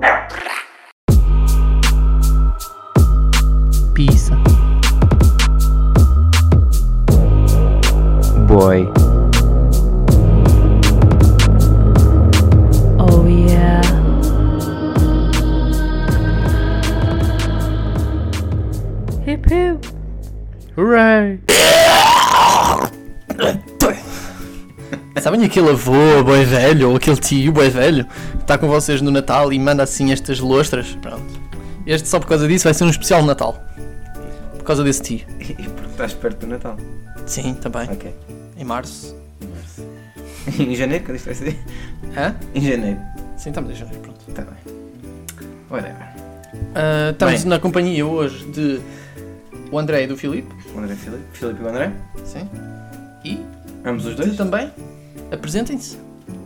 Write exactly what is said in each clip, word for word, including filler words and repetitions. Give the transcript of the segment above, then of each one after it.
Pizza. Boy. Oh yeah. Hip hip. Hooray! Sabem aquele avô, boi velho, ou aquele tio, boi velho, que está com vocês no Natal e manda assim estas lostras? Pronto. Este só por causa disso vai ser um especial de Natal. Por causa desse tio. E porque estás perto do Natal? Sim, também. Ok. Em março. Em março. Em janeiro, quando isto vai ser? Hã? Em janeiro. Sim, estamos em janeiro, pronto. Está bem. Whatever. Uh, estamos Bem. na companhia hoje de o André e do Filipe. O André Filipe. Filipe e o André. Sim. E Ambos os de dois. também. Apresentem-se.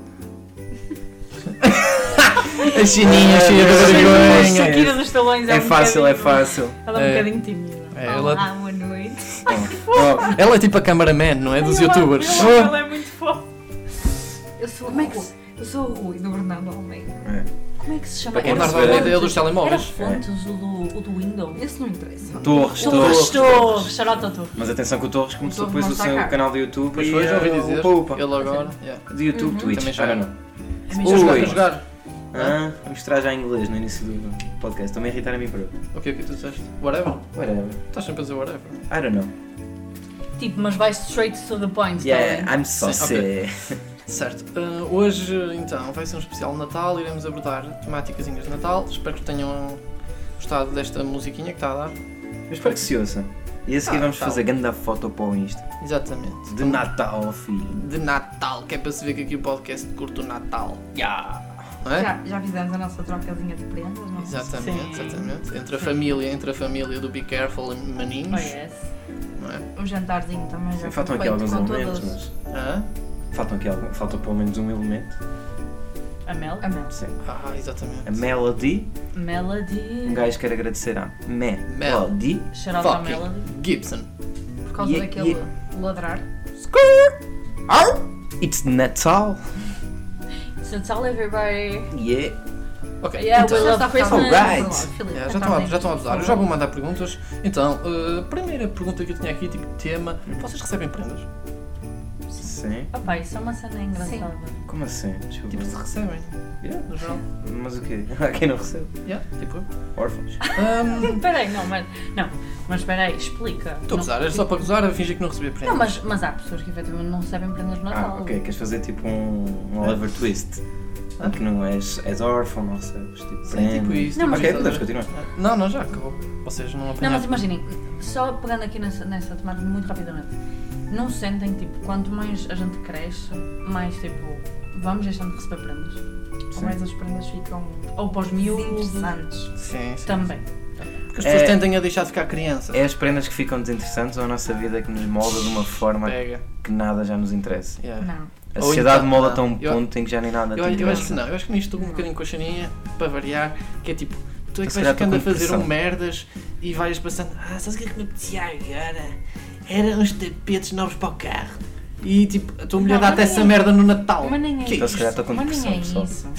A chininha cheia de vergonha. Shakira dos talões É um fácil, é bocadinho- fácil. Ela é um É. bocadinho tímida. É, ela, Olá, boa noite. Oh, ela é tipo a cameraman, não é? Dos Ai, eu amo, youtubers. eu amo, Ela é muito fofa. Eu sou Como o é que Rui. Eu sou o Rui do Bernardo Almeida. é. Como é que se chama? Para quem O não Bernardo se Almeida é dos Era telemóveis. Fontes, o do, o do Windows. Esse não interessa. Torres, Torres, Torres. Torres, xarota Torres. Mas atenção que o Torres começou Torres depois não o está seu cá. canal do YouTube Pois e foi, já ouvi uh, dizer. upa, upa. Ele agora. Yeah. De YouTube, Uhum. Twitch, Também I já. don't know. É Vou mesmo jogar, Ui. vou jogar. Ah, a mostrar já em inglês no início do podcast. Estou-me a irritar a mim próprio. O que é que tu disseste? Whatever? Whatever. Estás sempre a dizer whatever. I don't know. Tipo, mas vai straight to the point, Yeah, tá bem? I'm so Sim, sick. Certo. Uh, hoje, então, vai ser um especial de Natal. Iremos abordar temáticas de Natal. Espero que tenham gostado desta musiquinha que está a dar. Eu espero que se ouça. E a seguir Ah, vamos tá. fazer grande foto para o Insta. Exatamente. De Natal, filho. De Natal, que é para se ver que aqui o podcast curte o Natal. Yeah. Não é? Já, já fizemos a nossa trocazinha de prendas, não é? Exatamente, Sim. exatamente. Entre a família, entre a família do Be Careful e Maninhos. Oh yes. Não é? Um jantarzinho também já Sim, foi faltam aqui feito alguns com elementos, todas- mas. Hã? Faltam aqui algum, falta pelo menos um elemento. A Mel. A Mel. Sim. Ah, exatamente. A Melody. Um Melody. gajo quer agradecer à Melody. Xarota Fucking Melody. Gibson. Por causa Yeah, daquele yeah. ladrar. It's Natal. So tell everybody. Yeah. Ok, Yeah, então, we Já love está feito. Christmas. Alright. Filipe, yeah, já, então, estão a, né? já estão a abusar. Eu já vou mandar perguntas. Então, uh, primeira pergunta que eu tinha aqui, tipo tema. Vocês recebem prendas? Sim. Opa, isso é uma cena engraçada. Como assim? Desculpa. Tipo, se recebem, Yeah. no geral. Mas o quê? Há quem não recebe? Yeah, tipo. Órfãos. Um, Espera aí, não, mas. Não, mas espera aí, explica. Estou a Não- gozar, era só para gozar, a fingir que não recebia prendas. Não, mas, mas há pessoas que efetivamente não recebem prendas de Natal. Ah, ok. Queres fazer tipo um, um Oliver Twist? Ah. Que não és, és órfão, não recebes tipo Sim, prenda. tipo isso. Não, tipo mas- Ok, isso, podemos estás a continuar. ver? Não, não, já acabou. Vocês não Não, mas apanharam. imaginem, só pegando aqui nessa, nessa temática muito rapidamente, não sentem, tipo, quanto mais a gente cresce, mais, tipo, vamos deixando de receber prendas. Ou mais as prendas ficam Ou para os miúdos, interessantes. Sim, sim. também. Porque as pessoas É- tendem a deixar de ficar crianças. É as prendas que ficam desinteressantes ou a nossa vida que nos molda de uma forma Pega. que nada já nos interessa. Yeah. Não. A Ou sociedade então- molda não. até um Eu- ponto em que já nem nada te Eu, eu acho que interessa. não, eu acho que nisto estou um bocadinho com a chaninha, para variar, que é tipo, tu é que Se vais calhar ficando a estou com fazer um depressão. merdas e vais passando, ah, sabes o que é que me apetecia agora? Era uns tapetes novos para o carro. E tipo, a tua mulher Não, dá-te mas essa nem- merda no Natal. Mas nem é Que Então isso. se calhar estou com Mas depressão, nem é pessoal. isso.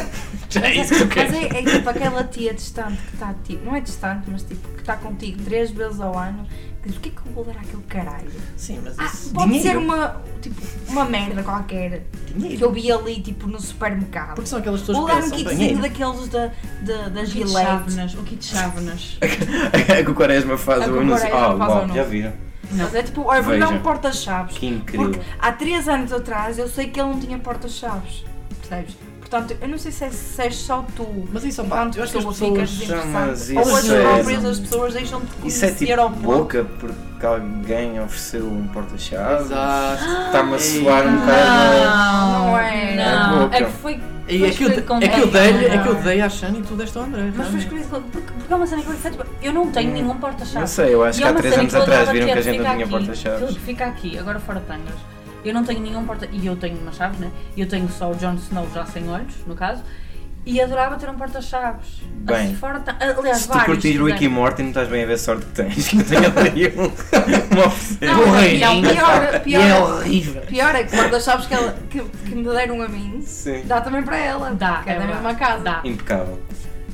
Já é isso que tu Mas queres. é, é tipo aquela tia distante que está tipo, não é distante, mas tipo que está contigo três vezes ao ano, que diz, o que é que eu vou dar àquele caralho? Sim, mas Ah, isso... pode Dinheiro. ser uma, tipo, uma merda qualquer que eu vi ali tipo no supermercado. Porque são aquelas pessoas Vou que dar um pensam, bem, kitzinho dinheiro. daqueles da, da, da O kit Gillette. chávenas, o kit chávenas. É que o Quaresma faz É que o o anúncio. Quaresma Ah, faz o uau, anúncio. já viram? Mas é tipo, olha, vou dar Veja. um porta-chaves. Que incrível. Porque há três anos atrás eu sei que ele não tinha porta-chaves. Percebes? Portanto, eu não sei se és, se és só tu. Mas isso, pá, Enquanto eu acho que as pessoa ficas pessoas... Não, desinteressante. mas Ou as isso é- próprias as pessoas deixam de Isso é conhecer tipo ao ponto. boca porque alguém ofereceu um porta-chaves. Exato. Está-me a soar um Não. bocado. Não é. Não, boca. é que foi. E foi é que eu, escolhido com é que eu tempo. dei-lhe, é que eu dei à Shani e tu deste ao André. Mas foi escolhido com- porque, porque é uma cena que eu tipo, eu não tenho nenhum Não porta-chaves. sei, eu acho E que é há uma três cena anos que eu atrás dava viram que a é, gente não fica tinha aqui, porta-chaves. Tudo fica aqui, agora fora tangas. Eu não tenho nenhum porta... E eu tenho uma chave, né? Eu tenho só o Jon Snow já sem olhos, no caso. E adorava ter um porta-chaves. Bem, Assim, fora tan- Aliás, Se tu vários, curtires se Rick e quiser. Morty, não estás bem a ver a sorte que tens. Que eu tenho ali um, uma oferecida. Não, Horrível. não, pior, E pior, é horrível. pior é que porta-chaves que, ela- que, que me deram a mim, Sim. dá também para ela. Dá, porque é é da verdade. mesma casa. Dá. Impecável.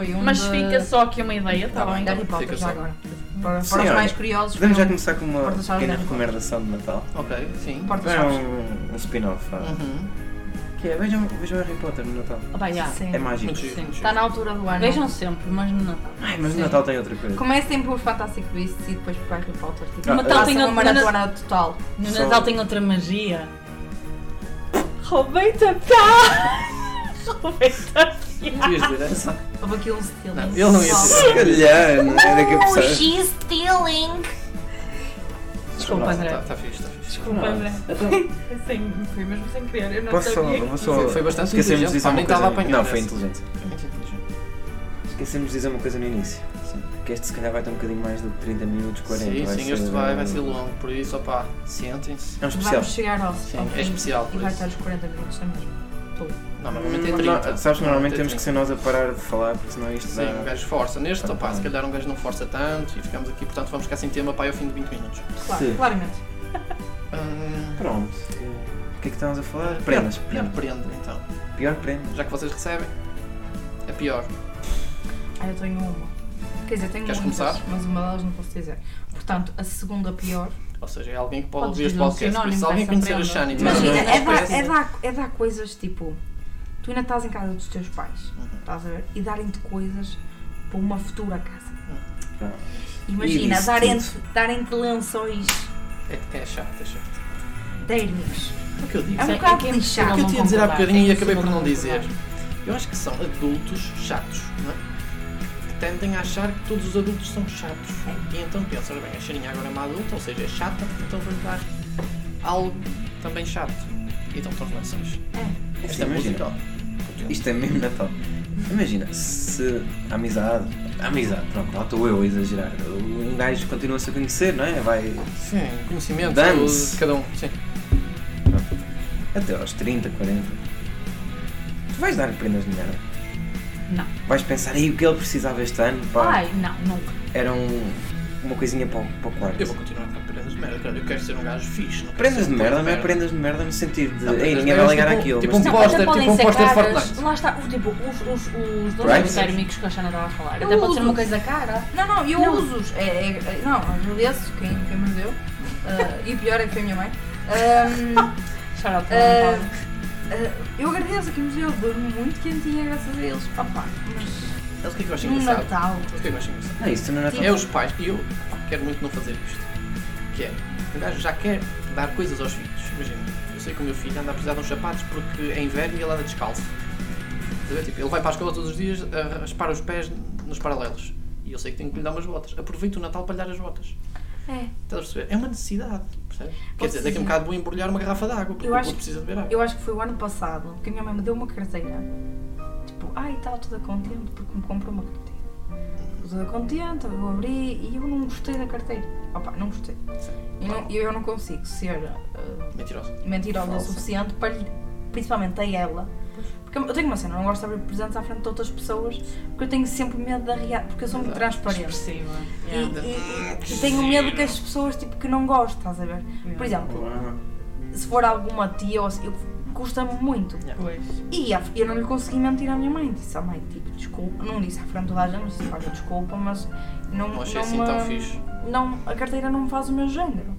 foi um Mas de... fica só aqui uma ideia, está Tá bem? bem. Harry Potter, Fica já só. agora. Para, Sim, para os olha, mais curiosos, Podemos já foi um- começar com uma Porta-chaves pequena de Harry Potter. recomendação de Natal. Ok, sim. Porta-chaves. É um, um spin-off. vá. Uhum. Que é, vejam, vejam Harry Potter no Natal. Ah, pá, já. Sim. É mágico. Muito giro, Sim. muito Está giro. na altura do ano. Vejam sempre, mas no Natal. Ai, mas Sim. no Natal tem outra coisa. Comecem por Fantastic Beasts e depois por Harry Potter. Tipo, No Natal tem façam uma outra- maratona total. No Só- Natal tem outra magia. Roubei-te a piada! Roubei-te a piada! Devias dizer essa. Houve aqui um estilo. Não, ele não ia dizer. Se calhar, não era que eu Oh, pensava. she's stealing! Desculpa, André. Está tá fixe, está fixe. Desculpa, André. Então, Sem, foi mesmo sem querer. Eu não posso só, sabia que... vou só... Foi- foi bastante Esquecemos de inteligente, dizer pá, uma nem estava a coisa. apanhar Não, foi essa. inteligente. Muito inteligente. Esquecemos de dizer uma coisa no início. Sim. Que este se calhar vai ter um bocadinho mais do que trinta minutos, quarenta. Sim, vai sim, ser, este vai, vai uh, ser longo, por isso, opá, sentem-se. É um especial. Vamos chegar ao, Sim, ao é fim especial, por e vai isso. estar os quarenta minutos na mesma. Não, normalmente é Mas trinta. não- sabes que normalmente temos que ser trinta. nós a parar de falar, porque senão isto Sim, o dá... gajo força. Neste, Ah, opá, tá. se calhar um gajo não força tanto e ficamos aqui, portanto vamos ficar sem tema para aí ao fim de vinte minutos. Claro, Sim. claramente. Hum, Pronto. O que é que estamos a falar? Prendas. Pior Prendas. prenda, então. Pior prenda. Já que vocês recebem, é pior. Ah, eu tenho uma. Quer dizer, tenho Queres muitas, começar? mas uma delas não posso dizer. Portanto, a segunda pior. Ou seja, é alguém que pode Podes ouvir este dizer um podcast. Por isso, se sinónimo alguém dessa conhecer a prenda. Shani, Imagina, mas não é dar, conhece, é, dar, é dar coisas tipo. Tu ainda estás em casa dos teus pais, Uhum. estás a ver? E darem-te coisas para uma futura casa. Pronto. Imagina, disse darem-te darem-te lençóis É, é chato, é chato. térmicos. O que eu digo? É um Sim, bocado é que é lixado. O que eu não tinha a dizer há concordar, bocadinho e é acabei por não impossível dizer. concordar. Eu acho que são adultos chatos, não é? Que tendem a achar que todos os adultos são chatos. E então pensam, ora bem, a Xaninha agora é uma adulta, ou seja, é chata, então vou-lhe dar algo também chato. E então estão os lençóis. É. Esta é Imagina. musical. Isto é mesmo Natal. Imagina, se a amizade... A amizade, pronto, lá estou eu a exagerar. Um gajo continua-se a conhecer, não é? Vai Sim, conhecimento Dane-se. de cada um. Sim. até aos trinta, quarenta. Tu vais dar prendas de merda. Não. Vais pensar, aí o que ele precisava este ano, pá, Ai, não, nunca. era um, uma coisinha para o, para o quarto. Eu vou continuar com prendas de merda. Eu quero ser um gajo fixe. Não quero Prendas ser de um merda, pouco não é prendas de merda no sentido de, Não, ei, prendas ninguém de vai merda, ligar tipo- aquilo. tipo mas, um Não, póster, até tipo podem um ser póster de caras. Fortnite. Lá está, o tipo, os, os, os dois Right? térmicos que a Xana estava a falar. Eu Até pode ser uso. uma coisa cara. Não, não, eu Não. uso-os. É, é, é- não, agradeço quem, quem me deu. Ah, e pior é que foi a minha mãe. Ahm, Shout out to Ah, my ah, eu agradeço quem me deu. Durmo muito quentinha graças a eles. Opa, mas Eles o que é que eu acho no engraçado? Natal. O que é que eu acho engraçado? não, isso não é Natal. É os pais, e eu pá, quero muito não fazer isto. Que é, o gajo já quer dar coisas aos filhos. Imagina, eu sei que o meu filho anda a precisar de uns sapatos porque é inverno e ele anda descalço. Estás a ver? Tipo, ele vai para a escola todos os dias a raspar os pés nos paralelos. E eu sei que tenho que lhe dar umas botas. Aproveito o Natal para lhe dar as botas. É. Estás a perceber? É uma necessidade, percebes? Quer Pode dizer, daqui a um ser. bocado vou embrulhar uma garrafa de água porque Eu o acho- puto precisa de beber água. Eu acho que foi o ano passado que a minha mãe me deu uma carteira. Tipo, ai, estava toda contente porque me comprou uma carteira. Toda contente, eu abri e eu não gostei da carteira. Opa, não gostei. Eu não, eu não consigo ser uh, Mentirosa. mentirosa o Falsa. suficiente para lhe, principalmente a ela. Porque eu tenho uma cena, eu não gosto de abrir presentes à frente de outras pessoas porque eu tenho sempre medo da reação, porque eu sou muito Exato. transparente. expressiva. E, Yeah. e- e tenho medo que as pessoas tipo, que não gostam, estás a ver? Por exemplo, se for alguma tia ou assim, eu- custa-me muito. Pois. E a- eu não lhe consegui mentir à minha mãe. Disse à mãe, tipo, desculpa. Não disse à frente de toda a gente, disse, olha, desculpa, mas não, Não achei não assim me- tão fixe. não, a carteira não me faz o meu género.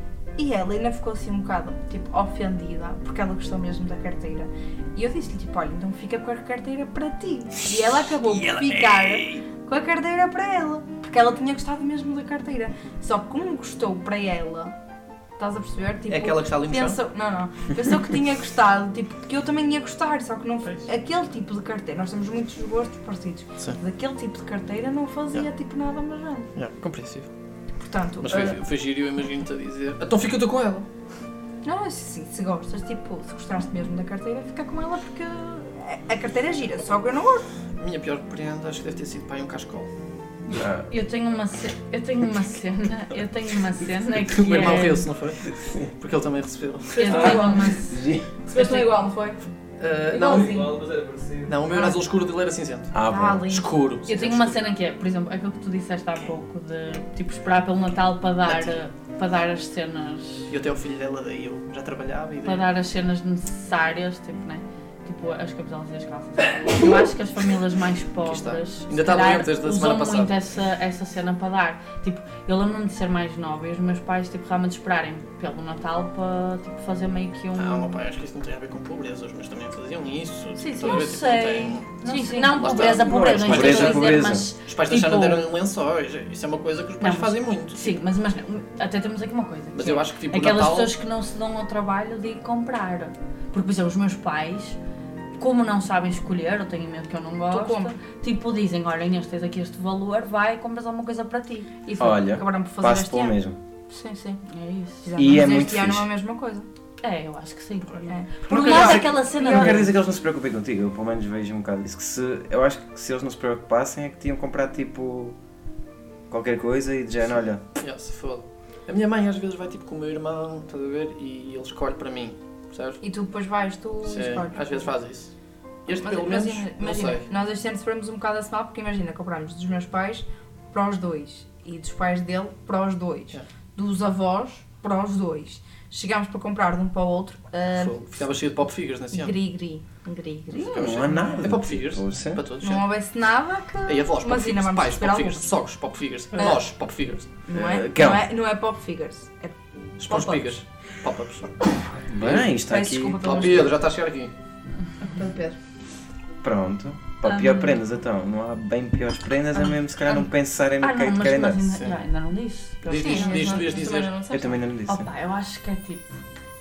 E ela ainda ficou assim um bocado, tipo, ofendida, porque ela gostou mesmo da carteira. E eu disse-lhe, tipo, olha, então fica com a carteira para ti. E ela acabou por ficar com a carteira para ela, porque ela tinha gostado mesmo da carteira. Só que como gostou para ela, estás a perceber? Tipo, É aquela que está ali no chão? pensou, não, não, pensou que tinha gostado, tipo, que eu também ia gostar, só que não Pois. aquele tipo de carteira, nós temos muitos gostos parecidos, Sim. daquele tipo de carteira não fazia Yeah. tipo nada mais grande. Yeah, compreensível. Portanto, Mas foi, ah, foi giro e eu imagino-te a dizer então fica tu com ela. não, assim, se gostas, tipo, se gostaste mesmo da carteira, fica com ela porque a, a carteira gira, só que eu não gosto. A minha pior prenda acho que deve ter sido para aí um cascol. Ah, Eu tenho uma ce- eu tenho uma cena, eu tenho uma cena que O meu irmão é... riu-se, não foi? Porque ele também recebeu. Eu tenho uma... Recebeste um igual, não foi? Ah, Igual não, assim. mas era parecido. não, o meu era azul escuro, o dele era cinzento. ah, Ah, bom. lindo. Escuro. Eu cinzento tenho uma escuro. cena que é, por exemplo, aquilo que tu disseste há pouco, de tipo esperar pelo Natal para dar, para dar as cenas, E até o filho dela daí eu já trabalhava e para daí. dar as cenas necessárias, tipo, né? Tipo, tipo as camisolas e as calças. Eu acho que as famílias mais pobres Ainda está calhar, doente desde a usam semana passada. muito essa, essa cena para dar. Tipo, eu lembro-me de ser mais nova e os meus pais tipo, realmente esperarem pelo Natal para tipo, fazer meio que um... Ah, meu pai, acho que isso não tem a ver com pobreza, os meus também faziam isso. Sim, Estás a Não ver? Tipo, sei. tem- Não, Sim, sei. sim. não Lá pobreza, está. pobreza, não Não é estou a dizer, pobreza, mas... Os pais tipo, deixaram de dar lençóis, isso é uma coisa que os pais Não, mas- fazem muito. Sim, mas, mas até temos aqui uma coisa. Mas que eu é acho que tipo aquelas Natal... pessoas que não se dão ao trabalho de ir comprar. Porque, por exemplo, os meus pais, como não sabem escolher, ou têm medo que eu não gosto, compro. tipo dizem, olha Inês, tens aqui este valor, vai e compras alguma coisa para ti. E foi, Olha, acabaram por fazer passo este pelo ano. mesmo. Sim, sim. É isso. Já, E mas é este muito ano fixe. é a mesma coisa. É, eu acho que sim. É. Por Não um quer lado, dizer- aquela cena... Não da- quero dizer que eles não se preocupem contigo, eu pelo menos vejo um bocado isso. Que se, eu acho que se eles não se preocupassem é que tinham comprado tipo qualquer coisa e de género, olha, Yeah, se foda. A minha mãe às vezes vai tipo com o meu irmão, estás a ver? E ele escolhe para mim, percebes? E tu depois vais, tu Sim, escolhes. às vezes faz isso. Este Mas, pelo mas menos, imagina, não imagina, sei. nós este ano sofremos um bocado a semana porque imagina, compramos dos meus pais para os dois e dos pais dele para os dois, Yeah. dos avós para os dois. Chegámos para comprar de um para o outro. Uh, Fogo. Ficava cheio de pop figures nesse ano. gri, gri, gri, gri. Ficava não cheio. há nada. É pop figures, Você? para todos. Não houvesse nada que. E avós, pop mas ainda figures, vamos pais, receber pop figures, alguns. sogros, pop figures, Ah. nós, pop figures, Não é, Eh, não, Kel. é, não é pop figures. É esponge Pop-ups. pigas, pop-ups. Bem, está Peço aqui. desculpa pelo Ó Pedro, já está a chegar aqui. pelo Pedro. Pronto. Para Ah, pior não. prendas então, não há bem piores prendas, é Ah, mesmo se calhar não pensarem no Ah, que não, é que mas, querem mas dar. ainda, Sim. já, ainda não disse. Eu- Diz, diz, Sim, diz, mas tu ias também dizer. não disseste. Eu também não lhe disse. Opa, eu acho que é tipo.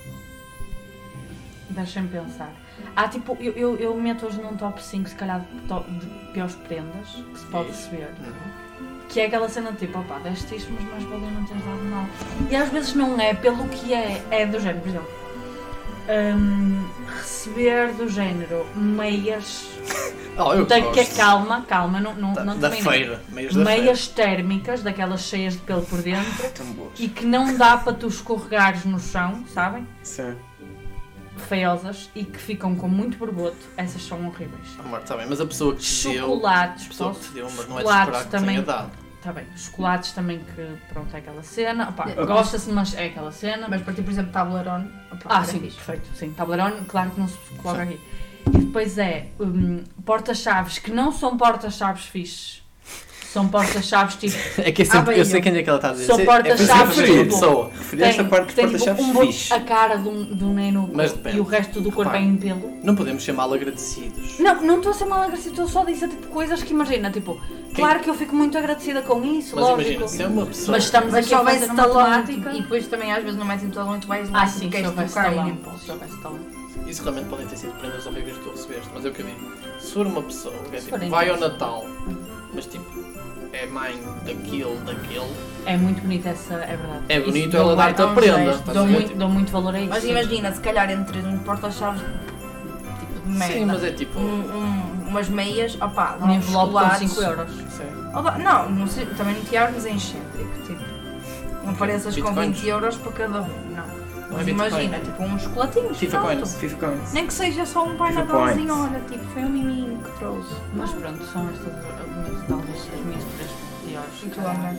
Deixa-me pensar. Há tipo, eu, eu, eu meto hoje num top cinco, se calhar, de, to- de piores prendas que se pode Isso. receber. Uhum. Que é aquela cena tipo, opá, deste isto, mas mais valia não teres dado nada. E às vezes não é pelo que é, é do género, por exemplo. hum, receber do género meias. Oh, eu da, que, gosto. calma, calma, não, não, Da, não da terminei. feira, meias da Meias térmicas, daquelas cheias de pelo por dentro. Tão boas. E que não dá para tu escorregares no chão, sabem? Sim. Feiosas e que ficam com muito borboto, essas são horríveis. feira. Amor, está bem, mas a pessoa que te deu, Chocolates, a pessoa que posso? te deu, mas não é de Chocolates esperar que também. tenha dado. Tá bem, chocolates também que, pronto, é aquela cena. Opá, Eu gosta-se, mas é aquela cena. Mas para ti, por exemplo, Tablerone. opa, Ah, era sim, fixe. perfeito, sim. Tablerone, claro que não se coloca aqui. E depois é hum, porta-chaves que não são porta-chaves fixes. São porta-chaves tipo. É que é Ah, sempre, bem, eu sei eu- quem é que ela está a dizer. São Sei- porta-chaves é por isso que eu referi a tipo- pessoa. Referi esta parte dos tem, tipo, porta-chaves um bo- fixe. a cara de um, de um neno Mas depende. e o resto do corpo Repara. é em pelo. Não podemos chamá-lo agradecidos. Não, não estou a ser mal agradecida, estou só a dizer tipo, coisas que imagina, tipo, claro que eu fico muito agradecida com isso, Mas lógico. imagina, se é uma pessoa... Mas estamos Mas aqui se a houvesse fazer uma talão temática. e depois também às vezes não metem talão e tu vais Ah, lá sim, e se queres houvesse tocar e talão. nem posso. Se houvesse talão. Isso realmente podem ter sido prendas horríveis que tu recebeste, mas é o que eu digo. Se for uma pessoa que é, Se tipo, forem vai ao dois. Natal, mas tipo, é mãe daquele, daquele, É muito bonita essa, é verdade. é Isso bonito dou ela muito- dar-te a um prenda. gesto, estás a Dou ver? muito, Tipo, dou muito valor a isso. Mas sim. imagina, se calhar entre um porta-chaves tipo de merda, Sim, mas é tipo... um, um, umas meias, opá, Um dá uns envelope com chocolates. cinco euros. Sim. Opa, não, não sei, também não te armes em excêntrico, tipo, não pareças com Bitcoins? vinte euros para cada um, não. Não é Mas Bitcoin. imagina, tipo uns chocolatinhos, FIFA pronto. Coins. FIFA Coins. Nem que seja só um pai FIFA Natalzinho, Points. olha, tipo, foi um miminho que trouxe. Mas pronto, são estas algumas, talvez as minhas três piores. E tu, André?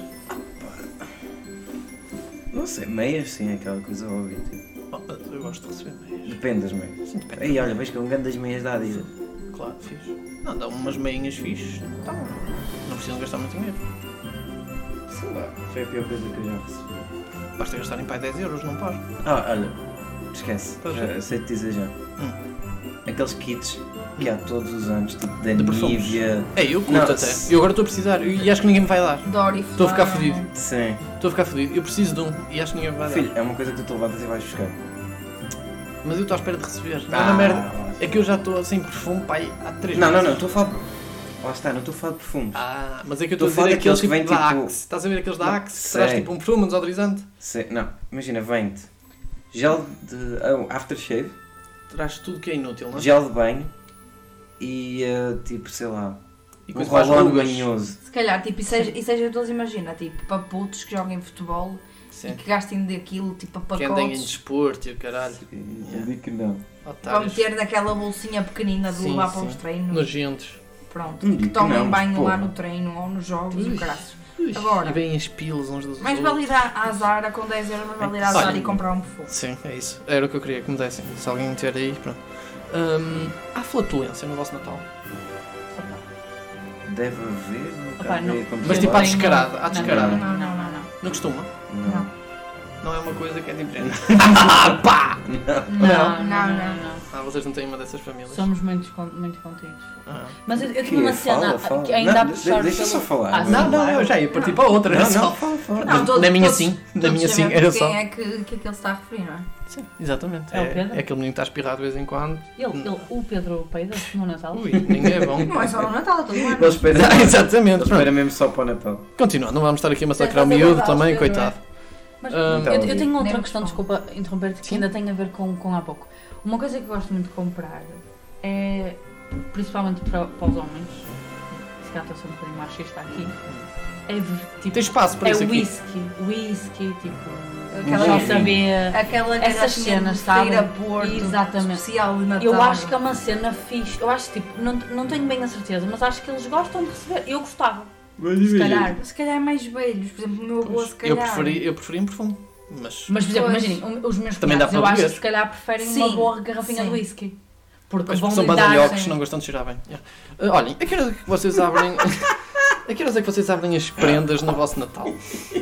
Não sei, meias sim, é aquela coisa óbvia. Tipo. Oh, eu gosto de receber meias. Depende das meias. Sim, depende. Aí olha, vejo que é um grande das meias da Adidas. Claro, fixe. Não, dá umas meinhas fixes. Tá bom. Não precisam gastar muito dinheiro. Sei lá, foi a pior coisa que eu já recebi. Basta gastarem pai dez euros, não paro. Ah, olha, esquece, Pois já, é. sei te dizer já. Hum. Aqueles kits que há todos os anos, tipo da De perfumes. Nivea. É, eu curto Não, até. se- Eu agora estou a precisar e acho que ninguém me vai dar. Dory, Estou a ficar fodido. Sim. Estou a ficar fodido. Eu preciso de um e acho que ninguém me vai dar. Filho, é uma coisa que tu te levantas e vais buscar. Mas eu estou à espera de receber. Não, Ah, na merda. É que eu já estou sem perfume, pai, há três Não, não, meses. não, estou a falar. Lá está, não estou a falar de perfumes. Ah, mas é que eu Estou estou a a dizer falar aqueles tipo, daqueles que da vêm, tipo- Axe. Estás a ver aqueles da Não, Axe? Que traz sei. tipo um perfume, um desodorizante? Sei- não, imagina, vem-te gel de oh, aftershave, Traz tudo que é inútil, não é? gel de banho e eh, tipo, sei lá, E um coisa faz rolão rugas. banhoso. Se calhar, tipo, e seja, e seja todos, imagina, tipo, para putos que joguem futebol Sim. e que gastem daquilo, tipo, a Que andem em pacotes, desporto e o caralho. Eu digo que não. para Otários. meter naquela bolsinha pequenina de Sim, levar para sim. os treinos. Nojentos. Pronto, Não que digo que tomem não, mas banho lá porra. no treino ou nos jogos e Ui. o caraças. Ui, Agora. E vêm as pilas uns dos Mais outros. vale ir à, à Zara com dez euros, mais vale ir à Olha. Zara e comprar um perfume. Sim, é isso. Era o que eu queria que me dessem. Se alguém tiver aí, pronto. Hum, há flatulência no vosso Natal? Deve haver, nunca Opa, vi não. acontecer. Mas tipo à Tenho- descarada, à Não, descarada. Não, não, não, não. Não costuma? Não. Não é uma coisa que é tipo género. Ah, pá! Não, não, Não, não, não. não. Ah, vocês não têm uma dessas famílias? Somos muito, con- muito contidos. Ah. Mas eu, eu Que? tenho uma cena Fala, fala. que ainda Não, a puxar de- deixa pelo... só falar. Ah, Não, sim, não, claro. eu já ia partir para outra. Era Não, só. não, fala, fala. Na- na minha sim, na todos minha sim, sabemos era quem só. é que, que é que ele se está a referir, não é? Sim, exatamente. É o Pedro? É aquele menino que está a espirrar de vez em quando. Ele, ele, o Pedro Peida no Natal. Ui, ninguém é bom. Não é só no Natal, é todo o ano. Ele espera, Ah, ele exatamente. espera mesmo só para o Natal. Continuando, não vamos estar aqui a massacrar o Tens miúdo razão, também, Pedro, coitado. Mas Ah, eu, Então, eu tenho outra nem questão, me desculpa interromper-te, que Sim. ainda tem a ver com, com há pouco. Uma coisa que eu gosto muito de comprar é, principalmente para, para os homens, se calhar estou a ser um bocadinho machista aqui, é tipo, Tem espaço para é isso aqui. whisky, whisky, tipo, Aquela já Sim. saber. Aquela Essas garrafinha cenas, de sabem? feira Porto, Exatamente. especial de Natal. Eu acho que é uma cena fixe, eu acho tipo, não, não tenho bem a certeza, mas acho que eles gostam de receber, eu gostava, se calhar. Se calhar mais velhos, por exemplo, o meu avô se Eu calhar. preferi, eu preferi em perfume. Mas. Mas, por exemplo, Pois. imaginem, o- os meus Também dá cunhados, para eu acho beber. que se calhar preferem Sim, uma boa garrafinha sim. de whisky. Porque Pois, vão são lhe dar... badalhocos, não gostam de cheirar bem. Yeah. Ah, olhem, a que horas é que vocês abrem. A que horas é que vocês abrem as prendas no vosso Natal?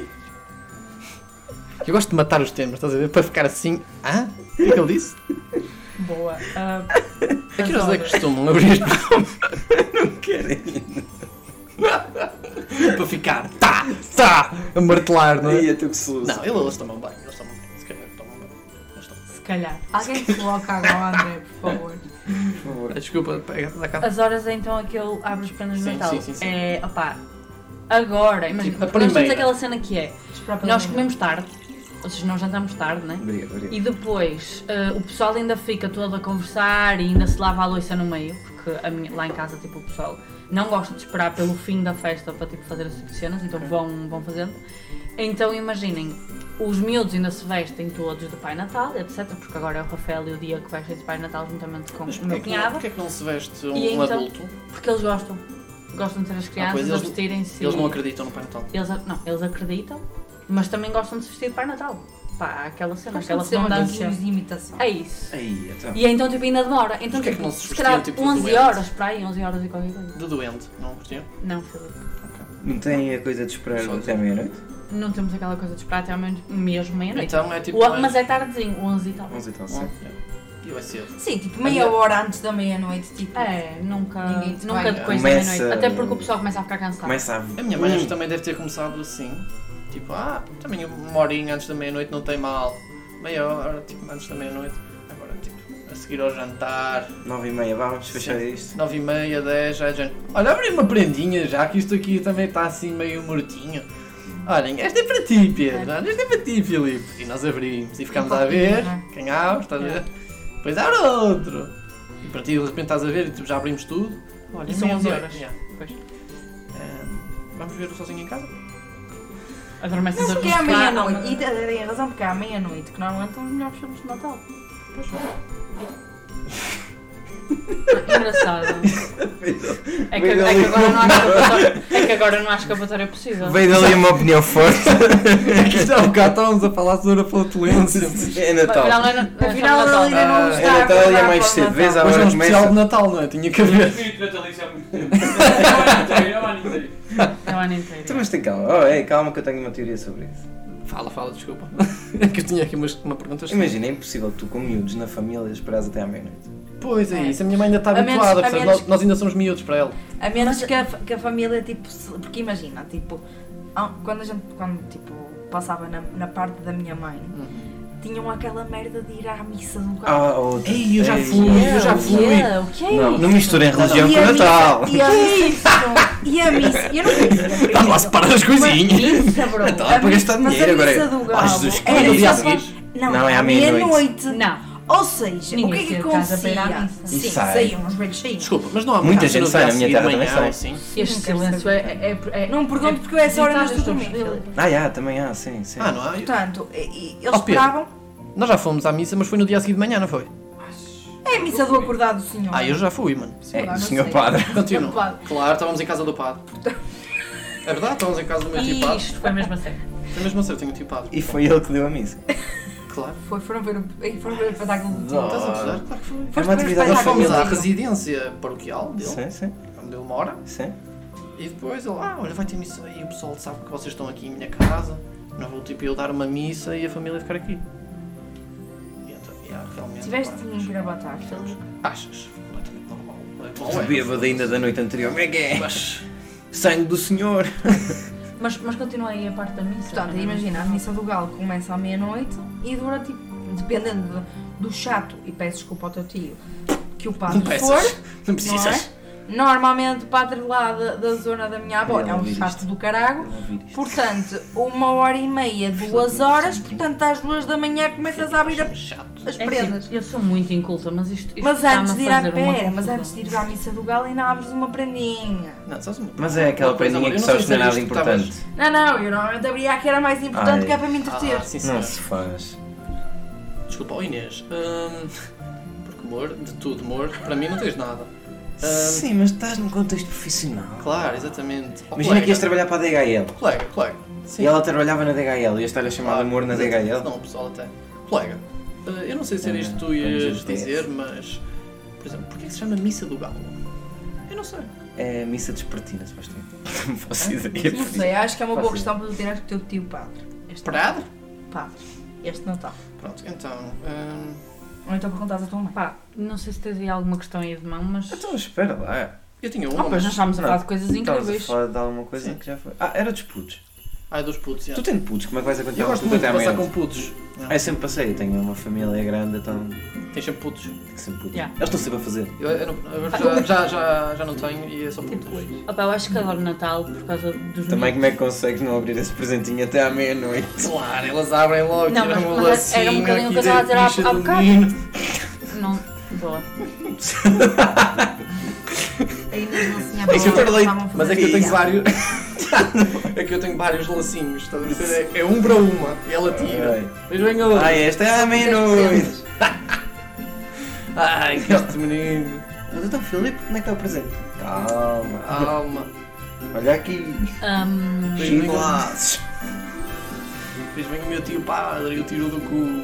Eu gosto de matar os temas, estás a ver? Para ficar assim. Hã? O que é que ele disse? Boa. Ah, A que horas é que horas. costumam abrir as prendas? Não querem. Para ficar. Tá! Tá! A martelar, não é? Aí é tu que se usa. Não, eles tomam bem, eles tomam bem. Se calhar tomam bem. Eles tomam. se calhar. Alguém coloca água ao André, por favor. Por favor. Ah, Desculpa, pega, dá cá. As horas é então aquele abre as prendas de Sim, Natal. sim, sim, sim. É, opá, agora, imagina, Tipo, a nós temos primeira. aquela cena que é, nós comemos tarde, ou seja, nós jantamos tarde, né? Obrigado, obrigado. E depois ah, o pessoal ainda fica todo a conversar e ainda se lava a louça no meio, porque a minha- lá em casa tipo, o pessoal não gosta de esperar pelo fim da festa para tipo, fazer esse tipo de cenas, então vão, vão fazendo. Então imaginem, os miúdos ainda se vestem todos de Pai Natal, etcétera. Porque agora é o Rafael e o Dia que vestem de Pai Natal juntamente com Mas o porquê meu é que, não, cunhado, porquê é que não se veste um, E um então- adulto? porque eles gostam. Gostam de ter as crianças pois, a eles- vestirem-se. Eles não acreditam no Pai Natal. Eles, a- não, eles acreditam, mas também gostam de se vestir de Pai Natal. Pá, há aquela cena, Gostam aquela de ser redundância. amiguinhos de imitação. É isso. Aí, então. E então tipo ainda demora. Então Porquê é que tipo, não se se vestiam, calhar tipo, onze doente? horas para aí, onze horas e qualquer coisa. De doente, não curtiam? Não, Filipe. Não tem a coisa de esperar Só até meia-noite? Não temos aquela coisa de esperar até ao menos mesmo meia-noite. Então é tipo. O- Mas é tardezinho, onze e tal. onze e tal, Ah, sim. E vai cedo. Sim, tipo meia hora antes da meia-noite, tipo. É, nunca, Ninguém te nunca vai- depois da Começa- meia-noite. Até porque o pessoal começa a ficar cansado. Começa a... A minha mãe acho que Hum. também deve ter começado assim. Tipo, ah, também uma horinha antes da meia-noite não tem mal. Meia hora, tipo, antes da meia-noite. Agora, tipo, a seguir ao jantar. Nove e meia, vamos fechar Sim. isto. Nove e meia, dez, já é de género. Olha, abri uma prendinha já, que isto aqui também está assim meio mortinho. Olhem, esta é para ti, Pedro. Olha, esta é para ti, Filipe. E nós abrimos e ficámos Um a ver. pouquinho, não Quem abre, estás a ver? Depois abre outro. E pronto, e de repente estás a ver e tipo, já abrimos tudo. Olha, E são onze meia-noite. horas. Yeah. Pois. Ehm, vamos ver o sozinho em casa? Adormecem Não, todos porque é à no sofá, meia-noite. não- E tem razão, porque é à meia-noite, que normalmente são os melhores filmes de Natal. Engraçado. É que, Veio é, dali que agora não há uma- escapatória, é que agora não há escapatória possível. Veio dali uma opinião forte. Aqui está um bocado, estávamos a falar sobre a flatulência. É Natal. Afinal, não é, não é Afinal, Natal. ele ainda não Ah, está é a Natal e é preparar mais para o cedo. Natal. Vês, a Hoje é hora um começa. especial de Natal, não é? Tinha que haver. Espírito natalício há muito tempo. É o ano inteiro, é o ano inteiro. É o ano inteiro. Então, mas tem calma. Oh, ei, calma que eu tenho uma teoria sobre isso. Fala, fala, desculpa. É que eu tinha aqui uma, uma pergunta. Imagina, é impossível tu com miúdos na família esperares até à meia-noite. Pois é É. isso, a minha mãe ainda está A menos- habituada, a portanto, menos- nós, nós ainda somos miúdos para ela. A menos que a, fa- que a família, tipo, se- porque imagina, tipo, há- quando a gente, quando, tipo, passava na, na parte da minha mãe, tinham aquela merda de ir à missa do carro. Ah, outra. Ei, eu já Ei, fui. O eu já que fui. é? O que é Não, isso? não misturem religião E com a o Natal. missa, e a missa, e a missa, eu não queria. Está lá a separar as coisinhas. Missa, bro. Natal é para gastar Mas dinheiro a agora. missa é- do Oh, galo Jesus, era no dia a só seguir? para- Não, Não, é à à meia-noite. meia-noite. Não. Ou seja, Ninguém o que é que sai de casa para ir à acontecia? missa. E Sim, sai. saíam os velhos saíam. Desculpa, mas não há Muita casa gente no sai, dia na a minha seguir terra de também manhã, sai. ou assim? Este Não quero silêncio saber. é, é, é. Não me pergunto porque essa hora não Metade estou dos dormir. teus filhos. Ah, já, também há, sim, sim. Ah, não há? Portanto, e- e eles Ó, Pedro. esperavam. Nós já fomos à missa, mas foi no dia a seguir de manhã, não foi? É a missa do acordado do Senhor. Ah, eu já fui, mano. É, Lá, o não senhor sei. padre. Continua. Do padre. Claro, estávamos em casa do padre. É verdade, estávamos em casa do meu tio padre. Isto foi mesmo a sério. Foi mesmo a ser, tenho tio padre. E foi ele que deu a missa. Claro. Foi, foram ver o, e foram ver o espetáculo do Não. tio. Estás a gozar? Claro que foi. É uma Foste ver o atividade Nós espetáculo fomos à do tio. residência paroquial dele, Sim, sim, onde ele mora, sim. e depois ele, ah, olha, vai ter missa aí, o pessoal sabe que vocês estão aqui em minha casa, não vou tipo eu dar uma missa e a família ficar aqui. E então, yeah, realmente. Tiveste pá, de engravatar, Felipe. achas? Completamente normal. É, não é? Bêbado ainda da noite anterior. Como é que é? Mas, Sangue do senhor. Mas, mas continua aí a parte da missa. Portanto, imagina, a missa do galo começa à meia-noite e dura tipo, dependendo do, do chato, e peço desculpa ao teu tio, que o não padre peças, for, não não precisas. é? Normalmente o padre lá da, da zona da minha avó Ele é um ouvir chato isto. do carago. Eu vou ouvir isto. Portanto, uma hora e meia, duas horas, portanto às duas da manhã começas a abrir a- Chato. as É prendas. tipo, eu sou muito inculta, mas isto, isto Mas está-me antes a de ir à fazer uma pera, mas confusão. antes de ir à missa do galo ainda abres uma prendinha. Não, sabes uma- Mas é aquela uma coisa, prendinha amor, que eu não sabes que sei não é se nada era isto que importante. estavas- Não, não, eu normalmente abria a que era mais importante Ai. que é para me entreter. Ah, sim, Não senhor. se faz. Desculpa, oh Inês. hum, porque amor, de tudo, amor, para mim não tens nada. Hum, Sim, mas estás num contexto profissional. Claro, exatamente. Oh, Imagina colega, que ias trabalhar para a D H L. Colega, colega. Sim. E ela trabalhava na D H L e ias estar a chamar de amor na D H L. Não, o pessoal até. Colega, eh, eu não sei se era isto que tu Vamos ias a ter. dizer, mas. Por exemplo, porquê que se chama Missa do Galo? Eu não sei. É missa despertina, se faz tempo. Não faço Não ideia. sei, acho que é uma boa Fácil. questão para tu tirares com o teu tio padre. Este Parado? Padre. Este Natal. Pronto, então. hum, Ou então perguntas à tua mãe. Pá, não sei se tens aí alguma questão aí de mão, mas... Então espera lá. eu tinha Ah, uma. pois mas... nós estávamos a falar Não, de coisas Estavas a incríveis. falar de alguma coisa Sim. que já foi. Ah, era dos putos. Ai, dos putos, já. Tu tens putos, como é que vais Eu aguentar um gosto puto muito de até passar amanhã? com putos. É, sempre passei, eu tenho uma família grande, então Tens sempre putos. tenho sempre putos. Yeah. Eles estão sempre a fazer. Eu, eu não- eu já, já, já, já não tenho e é só putos. Opa, eu acho que adoro Natal por causa dos Também mitos. como é que consegues não abrir esse presentinho até à meia-noite? Claro, elas abrem logo, Não, tiram mas- o mas era um lacinho bocadinho o aqui que eu estava a dizer há- da ficha há do bocado. menino. Não, boa. A Inês não tinha É que eu bola, tenho- estavam a mas é fazer que eu tenho isso. vários. É que eu tenho vários lacinhos, estás a ver? É, é um para uma e ela tira. Ai. Mas vem outra. Ai, esta é à meia-noite! Ai, que este menino. Mas então, Filipe, como é que é o presente? Calma. Calma. Olha aqui. Hum, Chicolates. Depois vem o meu tio padre e o tiro do cu.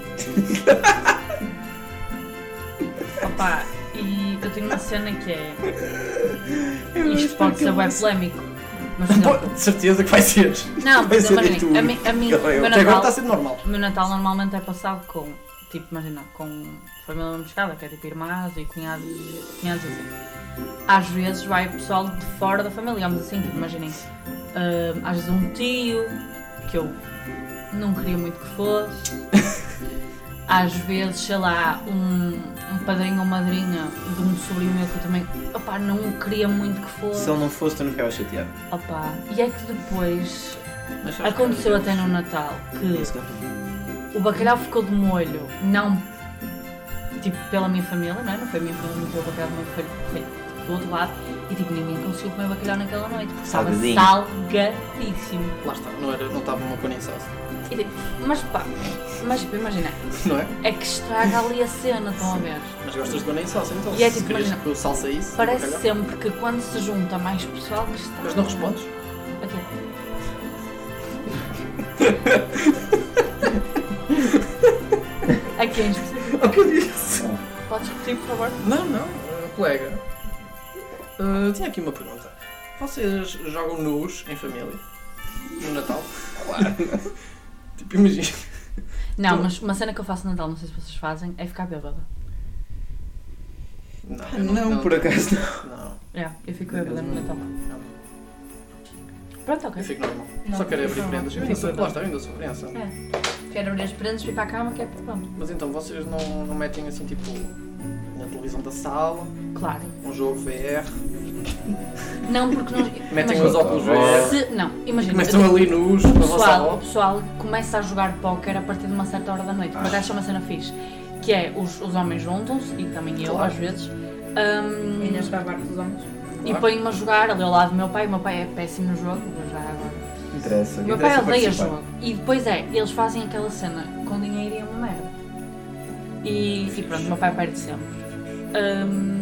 opa, e eu tenho uma cena que é... Isto pode ser bem polémico. Mas Pô, não, de certeza que vai ser. não vai mas ser imaginem, tu. a mim, a mim, Eu- o meu Até agora está a Natal, ser normal. o meu Natal normalmente é passado com, tipo, imagina, com família moscada, que é tipo irmãs e cunhados, cunhados e assim. Às vezes vai pessoal de fora da família, digamos assim, tipo, imaginem, hum, às vezes um tio, que eu não queria muito que fosse, às vezes, sei lá, um, um padrinho ou madrinha de um sobrinho meu que eu também, opá, não queria muito que fosse. Se ele não fosse, tu não ficavas chateado. Opa, e é que depois Mas sabes aconteceu que- até no Natal que Isso não. o bacalhau ficou de molho, não tipo pela minha família, não é? Não foi a minha família que meteu o bacalhau de molho, foi, foi tipo, do outro lado e tipo ninguém conseguiu comer bacalhau naquela noite porque estava Salgadinho. salgadíssimo. Lá está, não era- não estava uma cone sauce. E, tipo, mas pá, mas tipo, imagina, Não é? é que estraga ali a cena, estão a ver? Mas gostas de cone sauce então? E é Se tipo, querias imagina, que eu salsa isso. Parece bacalhau. sempre que quando se junta mais pessoal que está. Mas não respondes? Aqui. Aqui em específico. O que eu disse? Podes repetir, por favor? Não, não, eh, colega. Eh, tinha aqui uma pergunta. Vocês jogam nus em família? No Natal? Claro. Tipo, imagina. Não, mas uma cena que eu faço no Natal, não sei se vocês fazem, é ficar bêbada. Não, Ah, eu não, por acaso não. Não, É, eu fico bêbada no Natal. não. Pronto, ok. Eu fico normal. Não, Só quero abrir não. prendas. Eu ainda sou, lá está, eu ainda sou criança. É. Quero abrir as prendas e ir para a cama, que é pronto. Mas então vocês não, não metem assim tipo na televisão da sala, Claro. um jogo V R, Não, porque não. metem imagina, os óculos V R, se, Não, imagina. começam eu- ali nus O na vossa pessoal, o avó. pessoal começa a jogar póquer a partir de uma certa hora da noite. Por acaso é uma cena fixe. Que é, os, os homens juntam-se, e também eu Claro. às vezes, hum, Ainda jogar barco dos homens. e põem-me a jogar ali ao lado do meu pai. O meu pai é péssimo no jogo, mas já agora. Interessa. O meu pai interessa odeia participar. jogo. E depois é, eles fazem aquela cena com dinheiro e é uma merda. E, e pronto, o meu pai perde sempre. Hum,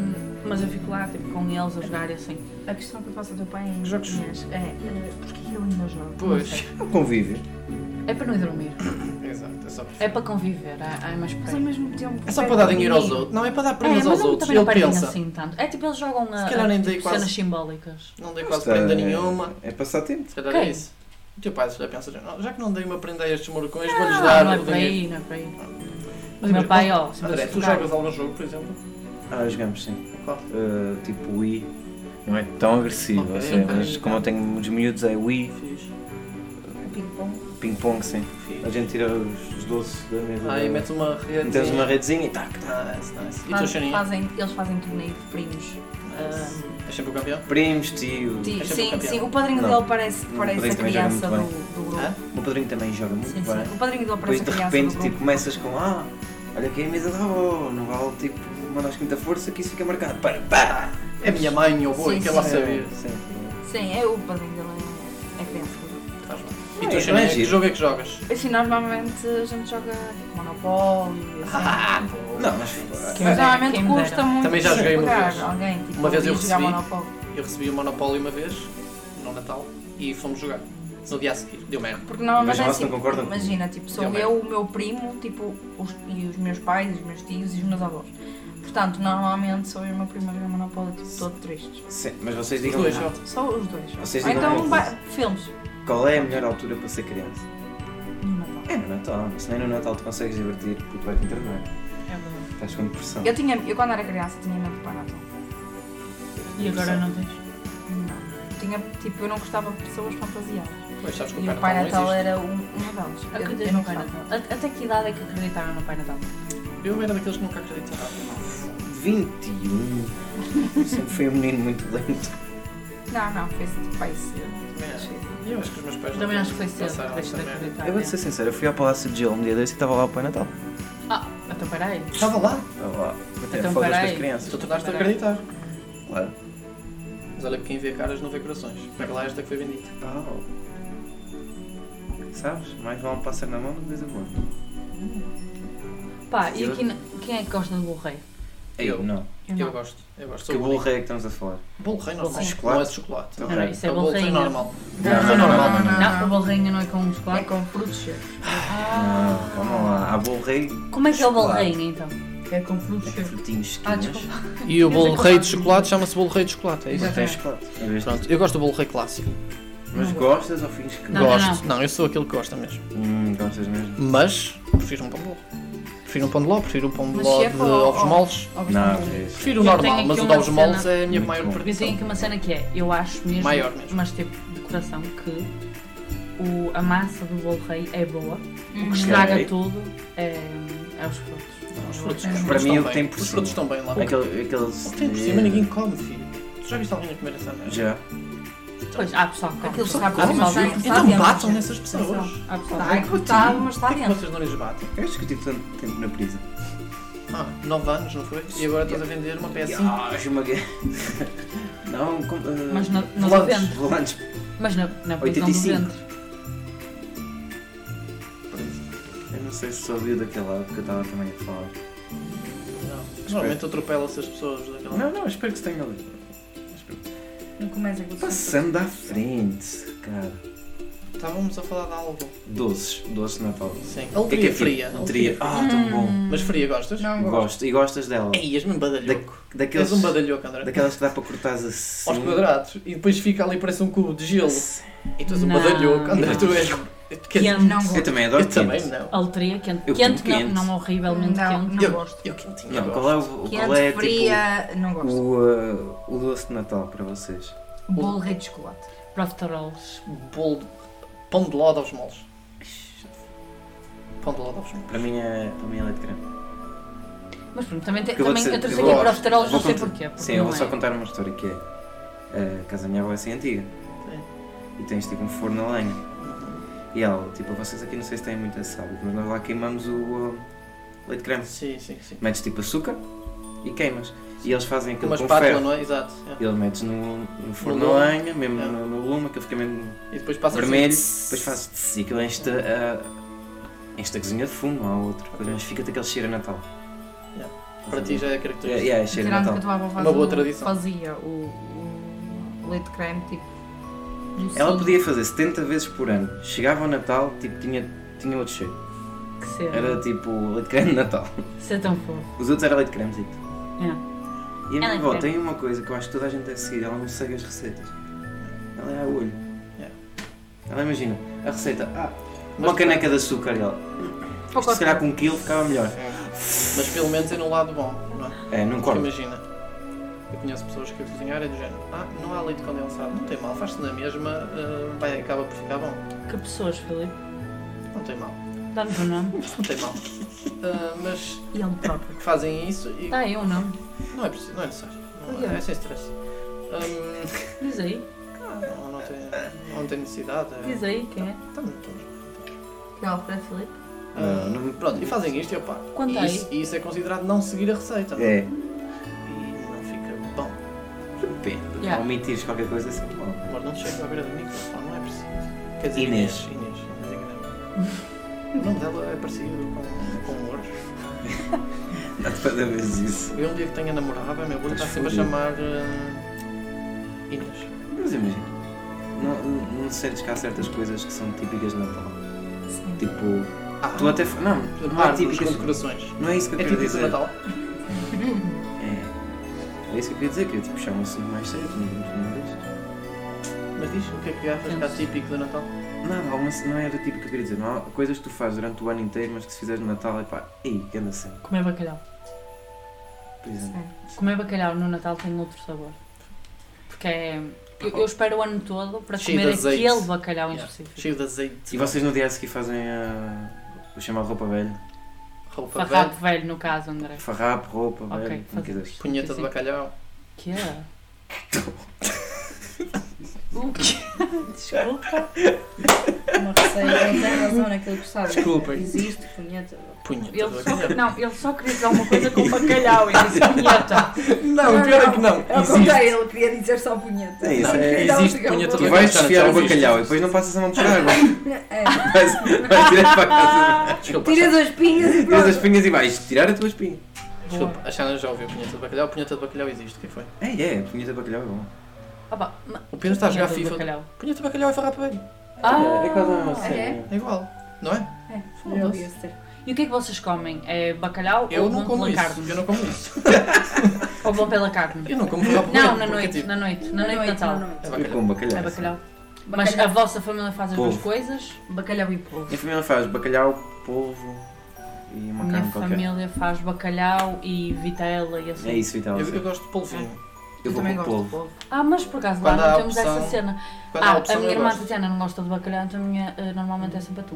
Mas eu fico lá, tipo, com eles a jogar e assim. A questão que eu faço ao teu pai em Jogos. Inês é uh, porque ele ainda joga? Pois. O convívio. É para não ir dormir. Exato, é só É para conviver, é, é mais Mas por ao aí. mesmo tempo. É só para dar dinheiro aos outros. Não, é para dar É, prémios mas aos não, outros. também não Ele perdem pensa. assim tanto. É tipo, eles jogam a, Se calhar nem dei a, quase- cenas simbólicas. Não dei quase Está- prenda nenhuma. É passar tempo. Se calhar é Quem? isso. O teu pai se calhar pensa, "Não, já que não dei uma prenda a estes morcões, vou-lhes Não, dar não é o por dinheiro." aí, não é por aí. Mas O meu imagina, pai, ó, se André, fosse tu jogar- jogas algum jogo, por exemplo? Ah, jogamos sim. Qual? Uh, tipo Wii. Não é tão agressivo, Ok, assim, ok. mas como eu tenho os miúdos é Wii, Fiz. Ping-pong. ping-pong sim. A Fiz. gente tira os, os doces da mesa. Aí da- metes uma rede. Metemos uma redezinha e tac, tac. Nice, nice. E tu, Faz- Xaninha? fazem, eles fazem torneio de primos. Ah, És sempre o campeão? Primos, tio. Ti- É sempre o sim, campeão. sim, o padrinho Não. dele parece, O parece padrinho a também joga criança do, muito do grupo. Hã? O meu padrinho também joga muito Sim, bem. sim. O padrinho dele Depois parece de a criança repente do grupo. tipo, começas com ah, olha aqui a mesa da avó, não vale tipo, mandas com muita força que isso fica marcado. Para, pá! É minha mãe ou boi, Sim, que ela sim. saber. Sim, sim. Sim, é o padrinho dele, é, é criança do grupo. Estás bem. Não E é- tu, não é Xaninha, que giro. jogo é que jogas? Assim, normalmente a gente joga tipo, Monopólio e assim. Ah, Não, mas Quem Mas me dera, normalmente quem me custa dera. muito Também já joguei uma pegar vez. alguém, tipo, Uma vez eu ir jogar recebi. Monopólio. Eu recebi o Monopólio uma vez, no Natal, e fomos jogar. No dia a seguir, deu merda. Porque normalmente Mas é vocês assim, não concordam comigo? imagina, tipo, sou Deu eu, o meu primo, tipo, os, e os meus pais, os meus tios e os meus avós. Portanto, normalmente sou eu e o meu primo a jogar Monopólio, tipo, todo tristes. Sim, mas vocês Os digam dois só. Só os dois. só. Vocês Ou digam então, uma ba- coisa. filmes. qual é a melhor altura para ser criança? No Natal. É no Natal, se nem no Natal tu consegues divertir porque vai te internar. É verdade. Estás com depressão. Eu, tinha, eu quando era criança tinha medo de Pai Natal. E agora não tens? Não. Tinha, tipo, eu não gostava de pessoas fantasiadas. Pois sabes que E o o Pai Pai Natal não existe. era um, uma delas. Eu, Acreditas eu não no Pai gostava. Natal? A- Até que idade é que acreditaram no Pai Natal? Eu era daqueles que nunca acreditava. vinte e um. Sempre fui um menino muito lento. Não, não, foi tipo pai cedo. E eu acho que os meus pais Também acho que foi cedo, passaram que deixa de essa merda. acreditar. Eu vou-te ser sincero, eu fui ao Palácio de Gelo um dia desse e estava lá o Pai Natal. Ah, então peraí. Estava lá. Estava lá. Até Então, fotos com as peraí. crianças. Tu tornaste a acreditar. Claro. Mas olha que quem vê caras não vê corações. Pega lá esta que foi bendita. Oh. Sabes? Mais vale um pássaro na mão do que dois a voar. Pá, e aqui na- quem é que gosta do Bolo Rei? Ei, Eu. não. Eu Eu não. gosto. Eu gosto. Que Sou bolo bonito. rei é que estamos a falar? Bolo rei normal. Sim. Não é de chocolate. Não, Não, Ok. isso é É o bolo bolo rei rainha. normal. Não, Bolo rei não, normal. não, não, Não, o bolo rainha não é com É chocolate? com frutos secos. Ah, Não, calma lá. Há bolo rei como é que é o bolo chocolate. rainha então? É com frutos é secos. frutinhos Ah, sequinhos. desculpa. E o Eu sei bolo que rei eu de gosto. chocolate chama-se bolo rei de chocolate. É isso? Não tem chocolate. Em vez de- Pronto, eu gosto do bolo rei clássico. Mas Não gostas ou fins que Não, não? não, Gosto. Não, eu sou aquele que gosta mesmo. Hum, gostas mesmo? Mas prefiro um pão de ló. Prefiro um pão de ló, prefiro o pão de Mas ló chefe de ou- ovos ou- moles. Ovos Não, moles. é isso. Prefiro o Eu tenho normal, aqui mas o de uma ovos moles cena- é a minha Muito maior bom. Eu tenho perdição. aqui uma cena que é, eu acho mesmo, Maior mesmo. mas tipo de coração, que o, a massa do bolo rei é boa. O Uhum. que estraga Ok. tudo é, é os frutos. Os frutos, É. os Para frutos mim, estão o que tem bem. por Os cima. frutos estão bem lá. Aquele, aqueles. O que tem por cima ninguém come, filho. Tu já viste alguém a comer essa merda? Já. Pois, há pessoal que come. Aquilo Pessoal sabe que como come, está- pessoal que está Então dentro, batam já. nessas pessoas. come. Há pessoal Está que cortado, mas está Por que é que dentro. vocês não lhes batem? Eu acho que eu tive tanto tempo na prisa. Ah, nove anos, não foi? E agora estás a vender uma pecinha. Ah, acho uma guerra. Não, com. uh, Mas no, no do Volantes. ventre. volantes. Mas na, na prisão oitenta e do cinco. ventre. Eu não sei se só ouviu daquele lado, porque eu estava também a falar. Não. Normalmente atropela-se as pessoas daquela. Não, não, espero que se tenha ouvido. Não começa com Passando à frente, cara. Estávamos a falar de algo. Doces, doces de Natal. Sim. O que é que Alegria é fria. frio? alegria Tria. Ah, tão bom. Mas fria gostas? Não gosto. Gosto. E gostas dela? Ei, és mesmo badalhoco. Daqueles, És um badalhoco, André. daquelas que dá para cortares assim. Aos quadrados. E depois fica ali, parece um cubo de gelo. E tu és um Não. badalhoco, André. Tu és. Quer dizer, Quente. Não gosto. Eu também adoro eu também quente. não. Alteria quente. Eu quente, como não, quente. não horrivelmente Não, quente. não eu, gosto. Eu quentinho. Não, eu qual é, gosto. o, Quente, qual é fria, não tipo, gosto. o, uh, o doce de Natal para vocês? Bolo rei de chocolate. Profiteroles. Bolo de... Pão de ló de ovos moles. Pão de ló de ovos moles. Para mim é, para mim é leite creme. Mas pronto, também, te, Porque eu vou também dizer- eu trouxe eu aqui vou- profiteroles, vou não sei contar- porquê. porque Sim, eu não vou só é. contar uma história que é a casa da minha avó é assim antiga Sim. e tens tipo um forno a lenha. E ela, tipo, vocês aqui não sei se têm muito esse hábito, mas nós lá queimamos o uh, leite creme. Sim, sim, sim. Metes tipo açúcar e queimas. E eles fazem aquilo Uma com espátula, ferro. não é? Exato. é. E eles metes no, no forno lume. a lenha, mesmo É. no, no lume, aquilo fica mesmo E depois passa vermelho, assim. depois faz tss, e aquilo enche a, enche a cozinha de fumo, não há outro. Depois fica-te aquele cheiro a Natal. Yeah. Para ti já é Yeah, característico. yeah, cheiro de Tirando que a Natal. tua avó faz Uma boa o- tradição. fazia o, o leite creme, tipo. no Ela sim. podia fazer setenta vezes por ano. Chegava ao Natal, tipo, tinha, tinha outro cheiro. Que ser. Era tipo leite creme de Natal. Ser tão fofo. Os outros era leite cremezito. Yeah. E a minha É avó leite creme. tem uma coisa que eu acho que toda a gente deve seguir. Ela não segue as receitas. Ela é a olho. Yeah. Ela imagina, a receita, ah, Mas uma caneca de açúcar e ela. Isto se calhar com um quilo ficava melhor. Mas pelo menos é no lado bom, não é? É, não Porque corta. imagina, eu conheço pessoas que a cozinhar é do género, ah, não há leite condensado, não tem mal, faz-se na mesma, ah, vai, acaba por ficar bom. Que pessoas, Filipe? Não tem mal, Dá-nos o nome. não tem mal. Ah, mas E ele próprio. que fazem isso e Dá aí o nome. não é preciso, não é necessário. Não, Porquê? é sem stress. Hum, Diz aí. não, não, tem, não tem necessidade. É, Diz aí quem é. Estamos todos. Que é o Alfredo Filipe. Não, não- Pronto, e fazem isto e opá. Quanto e isso, e isso é considerado não seguir a receita. não é? É, E não fica bom. depende. Yeah. Ao omitires qualquer coisa é sempre bom. Amor, não te chegues à beira do microfone, não é preciso. Quer dizer, Inês. Inês, Inês, Inês enganei-me. O nome dela é parecido com, com o Ouros. Dá-te para dar vezes isso. Eu um dia que tenho a namorada, meu olho está sempre a fodido. chamar hum, Inês. Mas imagina, não, não sentes que há certas coisas que são típicas de Natal. Sim. Tipo, Ah, tu até. fa- Não, não é árvores típicas. com decorações. Não é isso que eu É quero típico do dizer. Natal? É. É isso que eu queria dizer, queria tipo, puxar um assunto mais sério, não não deixes. Mas diz, o que é que achas que há típico do Natal? Não, há uma, não era tipo que eu queria dizer, não há coisas que tu fazes durante o ano inteiro, mas que se fizeres no Natal é pá, ei, que anda sempre, Comer bacalhau. por exemplo. Comer bacalhau no Natal tem outro sabor. Porque é. Eu, eu espero o ano todo para Cheio comer de azeite. aquele bacalhau em Yeah. específico. Cheio de azeite. E vocês no dia a seguir fazem a. o chamado roupa velha? Roupa velha. Farrapo velho, no caso, André. Farrapo, roupa Ok, velha, como fazemos. quiseres. Punheta de Sim. bacalhau. Que é? O quê? Desculpa. Uma receita, não tem razão naquilo que sabe. Desculpem. Existe, punheta. Punheta de Ele só, bacalhau. não, ele só queria dizer alguma coisa com bacalhau e disse punheta. Não, o pior é que não. Ao Existe. contrário, ele queria dizer só punheta. É isso, Não, é- Então, existe fica punheta bom. de Tu bacalhau. vais desfiar o Já ouviste? bacalhau e depois não passas a mão por água. É. Vais, vais direto para a casa. Desculpa, Tiras as pinhas e Tiras pronto. as pinhas e vais tirar a tua espinha. desculpa, a Xana já ouviu punheta de bacalhau. Punheta de bacalhau existe, o que foi? É, é, punheta de bacalhau é bom. Ah, pá, ma- O Pedro está a jogar punheta de FIFA. bacalhau. Punheta de bacalhau é farrapo velho. Ah, é quase a mesma é? cena. É igual, não é? É, Foda-se. não devia ser. E o que é que vocês comem? É bacalhau Eu ou não vão como pela isso. carne? Eu não como isso. Ou vão pela carne? Eu não como farrapo velho. Não, na porque, noite, tipo, na noite, na Na noite de noite, Natal. na noite. É Eu bacalhau. como bacalhau. É bacalhau. Mas Bacalhau. a vossa família faz as duas Polvo. coisas? Bacalhau e polvo. Minha família faz bacalhau, polvo e A uma minha carne qualquer. família faz bacalhau e vitela e assim. É isso, Vital. Eu, Eu, eu gosto de polvinho. eu vou também com gosto de polvo. polvo. Ah, mas por acaso lá Quando há não a temos opção- essa cena. Quando Ah, há opção, a minha eu irmã gosto. Tatiana não gosta de bacalhau, então a minha eh, normalmente é sempre atum.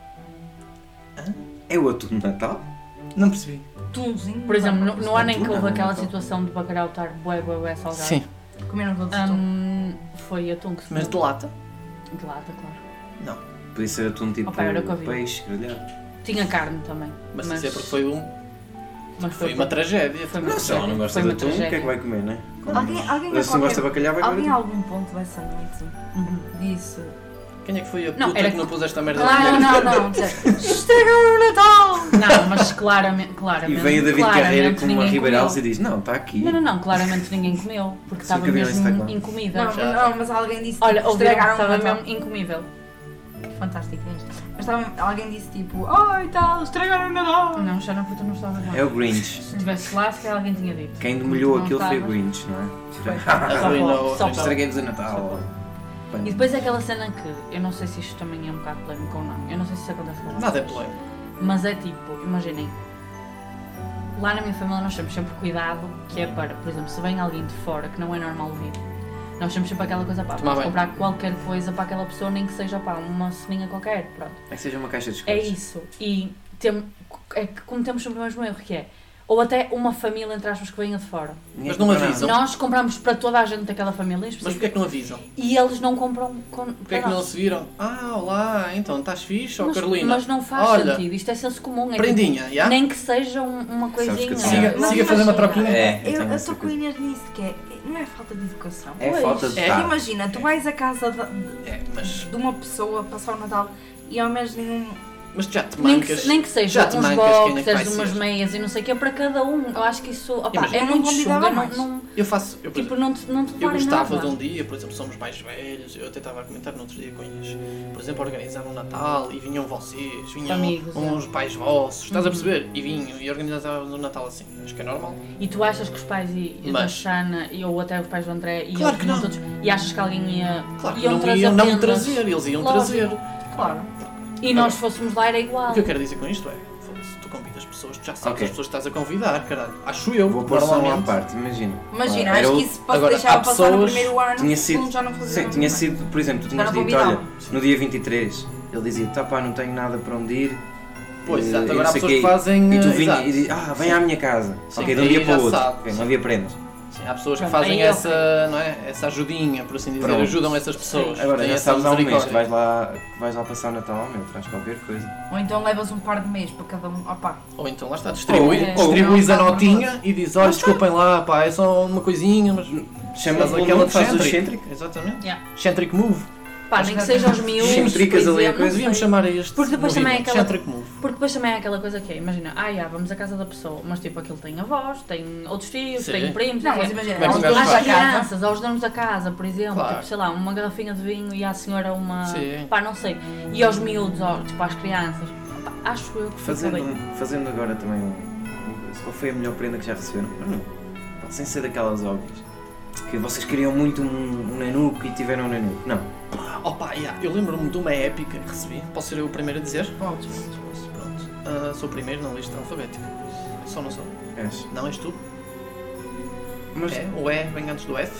É o atum de Natal? Não percebi. Tunzinho. Por exemplo, no, no ano em que Atum houve não, aquela não. situação de bacalhau estar bué, bué, bué salgado. Sim, Comeram todos atum. hum, foi atum que se mas de lata? de lata, claro. Podia ser atum tipo Opa, era o que eu vi. peixe grelhado. Tinha carne também. Mas, Mas, isso é porque foi, um, mas foi uma tragédia. Foi uma Não, se ela não gosta Foi de uma atum, o que é que tragédia. vai comer, não é? Alguém, alguém, a Se não gosta de qualquer, bacalhau, vai alguém a comer atum. algum ponto dessa noite Uhum. disse... Quem é que foi a Não, puta era- que não pus esta merda Não, na não, não. dizer, Estragaram o Natal! Não, mas claramente, E claramente. vem o David claramente Carreira com uma ninguém ribeiralça e comeu. diz, não, está aqui. Não, não, não, claramente ninguém comeu, porque Sim, estava que viram mesmo Instagram. incomida. Não, Já. não, mas alguém disse Olha, tipo, ouviram, estragaram o estava Natal. mesmo incomível. Fantástico isto. Mas estava, alguém disse tipo, ai tal, estragaram o Natal! Não, já não, porque tu não estavas lá. É o Grinch. Se estivesse lá, se calhar alguém tinha dito. Quem demolhou Não aquilo foi o estavas. Grinch, não é? Arruinou. Só pode. Estraguei-vos o Natal. E depois é aquela cena que, eu não sei se isto também é um bocado polémico ou não, eu não sei se isso acontece com vocês. Nada é polémico. Mas é tipo, imaginem, lá na minha família nós temos sempre cuidado, que é para, por exemplo, se vem alguém de fora que não é normal vir, nós temos sempre aquela coisa, pá, Tomar vamos banho. comprar qualquer coisa para aquela pessoa, nem que seja, pá, uma ceninha qualquer, pronto. É que seja uma caixa de É escolhas. isso. E tem, é que cometemos sempre o mesmo erro, que é, ou até uma família, entre aspas, que venha de fora. Mas não avisam. Nós compramos para toda a gente daquela família, em Mas porquê é específico, que não avisam? e eles não compram com, Porquê é que não se viram? Ah, olá, então estás fixe, ó mas, Carolina? mas não faz Olha, sentido, isto é senso comum. É prendinha, tipo, já? nem que seja um- uma Sabes que coisinha. eu Siga, Mas siga fazendo uma imagina, troquinha. É, Eu tenho eu essa estou com o coisa. Inês nisso, que é, não é falta de educação. É Pois. falta de É. tato. Imagina, tu vais à casa de, É, mas de uma pessoa passar o Natal e ao menos nenhum Mas já te Nem mancas. que, nem que já seja te uns mancas quem é que vai boxers, umas ser. meias e não sei o que, para cada um. Eu acho que isso opa, Imagina, é eu não muito convidava chunga. Não, mais. não, Eu faço. Eu, por tipo, exemplo, não te, não te eu levarem gostava nada. de um dia, por exemplo, somos mais velhos, eu até estava a comentar no outro dia com eles, por exemplo, organizar um Natal e vinham vocês, vinham Amigos, uns é. pais vossos, estás a Uhum. perceber? E vinham e organizavam um Natal assim, acho que é normal. E tu achas que os pais e, e da Mas- Sana e, ou até os pais do André e Claro eles que vinham não. todos e achas que alguém ia Claro que iam não trazer iam não prendas? trazer, eles iam Lógico. trazer. Claro. E nós fôssemos lá era igual. O que eu quero dizer com isto é, foda-se, tu convidas pessoas, tu já sabes Ok. as pessoas que estás a convidar, caralho. Acho eu, Vou pôr só uma normalmente. parte, imagina. Imagina, Era acho o- que isso pode Agora, deixar há passar no pessoas- primeiro ano, Tinha no sido, segundo já não fazia sim, tinha sido, por exemplo, tu tinhas Já não dito, olha, convidava. no dia vinte e três, ele dizia, tá pá, não tenho nada para onde ir. Pois, eh, exato, e agora não há sei pessoas quê. que fazem. E tu eh, vinha exato. e dizia, ah, vem à minha casa. Sim, Ok, de um aí dia para já o outro. sabe, Ok, sim. não havia prendas. Sim, há pessoas que Pronto, fazem aí, essa, não é? Essa ajudinha, por assim dizer, Pronto. ajudam essas pessoas. Agora têm já essa sabes há um mês que misericórdia. vais lá, que vais lá passar o Natal, meu, traz qualquer coisa. Ou então levas um par de meses para cada um. Opa, Ou então lá está, distribui, Ou- distribuis ou- a notinha e diz, olha, desculpem lá, pá, é só uma coisinha, mas Chama faz aquela aquela que faz o centric. excêntrico. Exatamente. Yeah. Centric move. Pá, nem que sejam os miúdos, por Centricas ali a exemplo, coisa. não Devíamos sei. chamar a este Porque depois também é movimento, aquela- Centric move. Porque depois também é aquela coisa que é, imagina, ah, já, vamos à casa da pessoa, mas tipo, aquilo tem avós, tem outros filhos, Sim. tem primos, não, tem- mas imagina, Como é que aos um gajo donos faz? da às casa. crianças, aos donos da casa, por exemplo, Claro. tipo, sei lá, uma garrafinha de vinho e à senhora uma, Sim. pá, não sei, e aos miúdos, ó, tipo, às crianças, pá, acho eu que fica Fazendo, bem. um- fazendo agora também um, um- qual foi a melhor prenda que já receberam? Mas não, pá, sem ser daquelas óbvias. Que vocês queriam muito um, um nanuco e tiveram um nanuco. Não. Opa, yeah, eu lembro-me de uma épica que recebi. Posso ser eu o primeiro a dizer? Podes, podes, podes. Pronto. Ah, sou o primeiro na lista alfabética. Só não sou. És. Não és tu? Mas É? O E vem antes do F?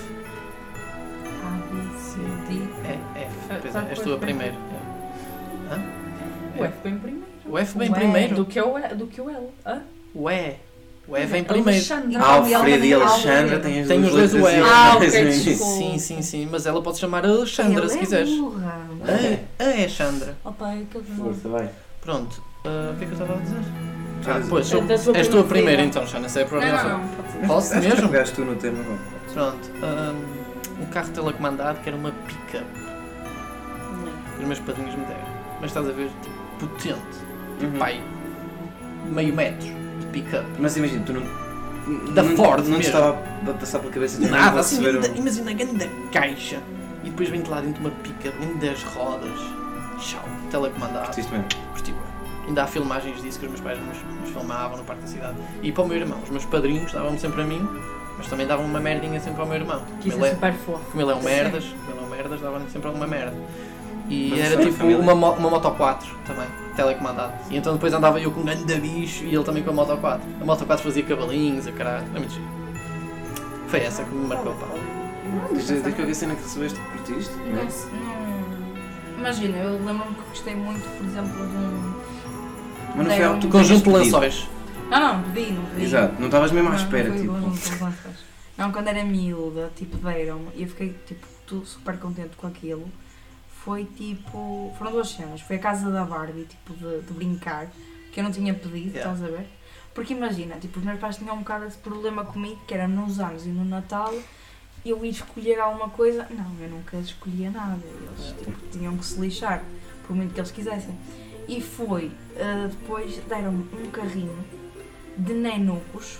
A, B, C, D. É, F. Ah, Pois tá, é, és pois, tu a bem. primeiro. É. Hã? O F vem primeiro. O F vem O E primeiro. Do que o E, do que o L. Hã? O E. O E vem primeiro. Alexandre. Não, Alfredo e ela- Alexandra têm as Tem duas os dois letras o E. iguais Ah, no ok, início. desculpa. Sim, sim, sim. Mas ela pode chamar Alexandra se Ela quiseres. É burra. A, a Alexandra. Opa, é aquele que Força, vai. Pronto. Ah, o que é que eu estava a dizer? Tu Ah, eras- pois, sou, É da tua és tu a primeira primeira filha. então, Xana, se é para Não, a não, não, pode ser. Posso Acho que mesmo? pegaste tu no tema agora. Pronto. Um, um carro telecomandado que era uma pick-up. Que os meus padrinhos me deram. Mas estás a ver, tipo, potente. Tipo, Uhum. pai, meio metro de pick-up. Mas imagina, tu não. Da não, Ford Não te mesmo. estava a passar pela cabeça de Nada, vou assim, receber grande- um- imagina a grande caixa. E depois vem de lá dentro uma pick-up, grandes rodas. Tchau, telecomandado. Curtiste mesmo? Curti bué. Ainda há filmagens disso que os meus pais nos, nos filmavam no Parque da Cidade. E para o meu irmão, os meus padrinhos davam-me sempre a mim, mas também davam uma merdinha sempre ao meu irmão. Que isso Como é ele é, super fofo. como ele é um merdas, como ele é um merdas, davam-lhe sempre alguma merda. E Mas era foi a tipo família? uma, mo- uma Moto quatro também, telecomandado. E então depois andava eu com um grande bicho e ele também com a Moto quatro. A Moto quatro fazia cavalinhos, a caralho, é muito giro. Foi essa que me marcou, pá. Desde desde que a cena que recebeste, curtiste? Não, não- Imagina, eu lembro-me que gostei muito, por exemplo, de um. Mas não foi algo que tu Conjunto de tinhas pedido. lençóis. Não, não, pedi, não pedi. Exato, não estavas mesmo à Não, espera, não foi tipo. conjunto de lençóis. Não, quando era miúda, tipo, deram-me e eu fiquei, tipo, tudo super contente com aquilo. Foi tipo. Foram duas cenas. Foi a casa da Barbie, tipo, de, de brincar, que eu não tinha pedido, Yeah. estás a ver? Porque imagina, tipo, os meus pais tinham um bocado esse problema comigo, que era nos anos e no Natal, eu ia escolher alguma coisa. Não, eu nunca escolhia nada. Eles tipo, tinham que se lixar, por muito que eles quisessem. E foi, ah, depois deram-me um carrinho de nenucos,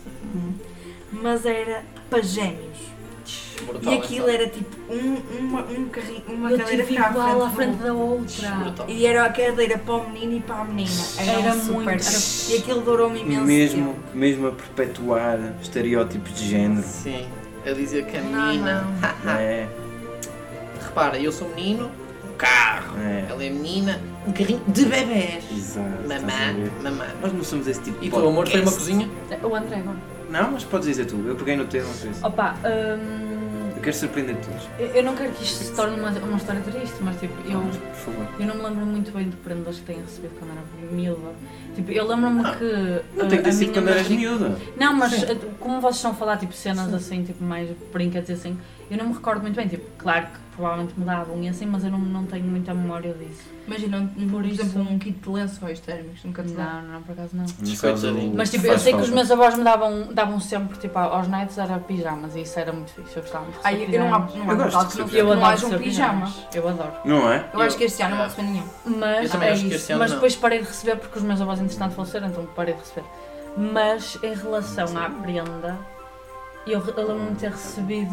mas era para gêmeos. Brutal, E aquilo essa. era tipo um, uma, um carrinho, uma Eu cadeira tive cá à igual à frente frente do da outra. Brutal. e era a cadeira para o menino e para a menina. Era, Era super. muito- era- e aquilo durou-me imenso Mesmo, tempo. mesmo a perpetuar estereótipos de género. Sim, a dizer que a Não, menina. não. É, Repara, eu sou menino, um carro. é. Ela é menina, um carrinho de bebés. Exato. estás a Mamã, ver? mamã. Nós não somos esse tipo de E tu, amor, foi uma podcast. cozinha? O André agora. Não, mas podes dizer tu. Eu peguei no tema, por isso. Opa, hum, Eu quero surpreender todos. eu eu não quero que isto se torne uma, uma história triste, mas tipo, eu, Mas, por favor. eu não me lembro muito bem de prendas que tenho recebido quando era miúda. Tipo, eu lembro-me Ah, que. Não uh, tem que ter a sido minha quando eras madrinha- miúda. Não, mas Sim. uh, como vocês estão a falar tipo cenas assim, tipo mais brinquedos e assim, Eu não me recordo muito bem, tipo, claro que provavelmente me davam e assim, mas eu não, não tenho muita memória disso. Imagina, por, Por isso- exemplo, um kit de lençóis térmicos, nunca te dá. Não, não, por acaso não. No caso, Mas tipo, eu faz sei que os falta. meus avós me davam, davam sempre, tipo, aos netos era pijamas e isso era muito fixe, eu gostava muito de Ai, receber eu não há, pijamas. não há Eu Natal gosto que de não, Eu que não adoro haja um receber pijama. pijamas, eu adoro. Não é? Eu acho que este ano não vou receber nenhum. Mas Eu também é acho que isso, este ano mas não. depois parei de receber porque os meus avós entretanto faleceram, então parei de receber. Mas em relação à prenda, eu, eu lembro-me de ter recebido.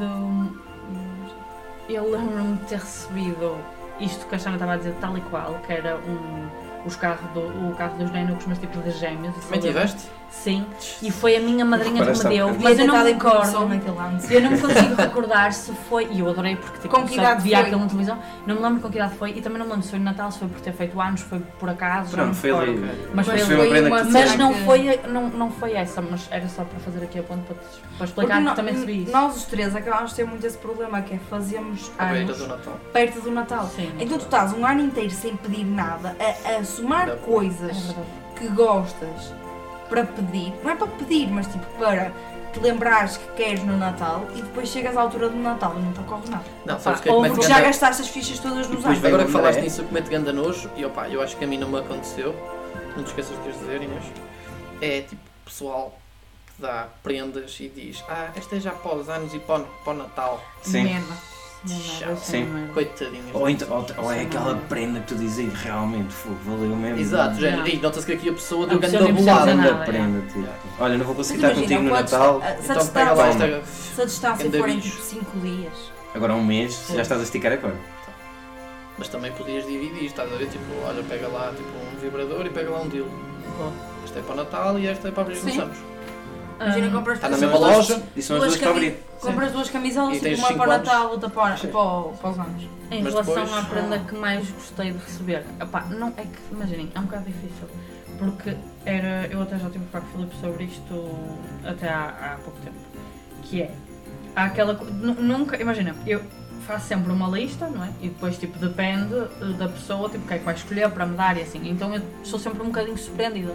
Eu lembro-me de ter recebido isto que a Xana estava a dizer tal e qual, que era um, os carro do, o carro dos nenucos, mas tipo de gêmeos. isso Também eu lembro. tiveste? Sim, e foi a minha madrinha que Reparaste me deu, há mas eu não me recordo. naquele ano. Eu não me consigo recordar se foi, e eu adorei porque tipo, Com que só idade via foi? aquilo na televisão, não me lembro com que idade foi e também não me lembro se foi no Natal, se foi por ter feito anos, se foi por acaso, não me Pronto, foi recordo. ali. Mas Mas foi, foi uma prenda que te mas disseram não que- foi, não, não foi essa, mas era só para fazer aqui a ponto para, te- para explicar que Porque também no- recebi isso. nós os três acabámos de ter muito esse problema, que é fazermos A beira anos do Natal. perto do Natal. Sim, Então tu estás um ano inteiro sem pedir nada, a, a somar Não. é coisas verdade. que gostas para pedir, não é para pedir, mas tipo para te lembrares que queres no Natal e depois chegas à altura do Natal e não te ocorre nada. Não, sabes Pá, que é que ou mete Porque ganda- já gastaste as fichas todas nos depois anos. vem- Agora que André. falaste nisso, eu cometo ganda nojo, e opá, eu acho que a mim não me aconteceu, não te esqueças de as dizer, Inês. É tipo pessoal que dá prendas e diz: Ah, esta é já para os anos e para o, para o Natal. Sim. Merda. Não, Sim. não, eu sei, não era. Coitadinhos. Ou, então, ou, ou é Sim, aquela não. prenda que tu dizes "Ei, realmente, fogo, valeu mesmo. Exato, género. Não. E nota-se que aqui a pessoa A deu pessoa ganda nem precisa bolada. dizer Grande nada, prenda, tipo. Yeah. Olha, não vou Mas conseguir estar imagina, contigo no podes- Natal. a- se a Então pega distância, lá Toma. esta. se a distância Ganda forem bicho. tipo cinco dias. Agora há um mês, já estás a esticar a corda. Mas também podias dividir, estás a ver? Tipo, olha, pega lá tipo, um vibrador e pega lá um deal. Bom. Esta é para o Natal e esta é para abrir nos Sim. anos. Imagina, Ah, compras Está na duas- mesma loja. E são as duas duas para cami- abrir. Compras duas camisolas, E tipo, tens uma cinco para o anos. Natal, outra para, Sim. para, o- para os anos. Em Mas relação depois- à prenda que mais gostei de receber, epá, não é que, imaginem, é um bocado difícil, porque era, eu até já tive a falar com o Filipe sobre isto até há, há pouco tempo, que é, há aquela, co- nu- nunca, imagina, eu faço sempre uma lista, não é? E depois, tipo, depende eh, da pessoa, tipo, o que é que vai escolher para me dar e assim, então eu sou sempre um bocadinho surpreendida.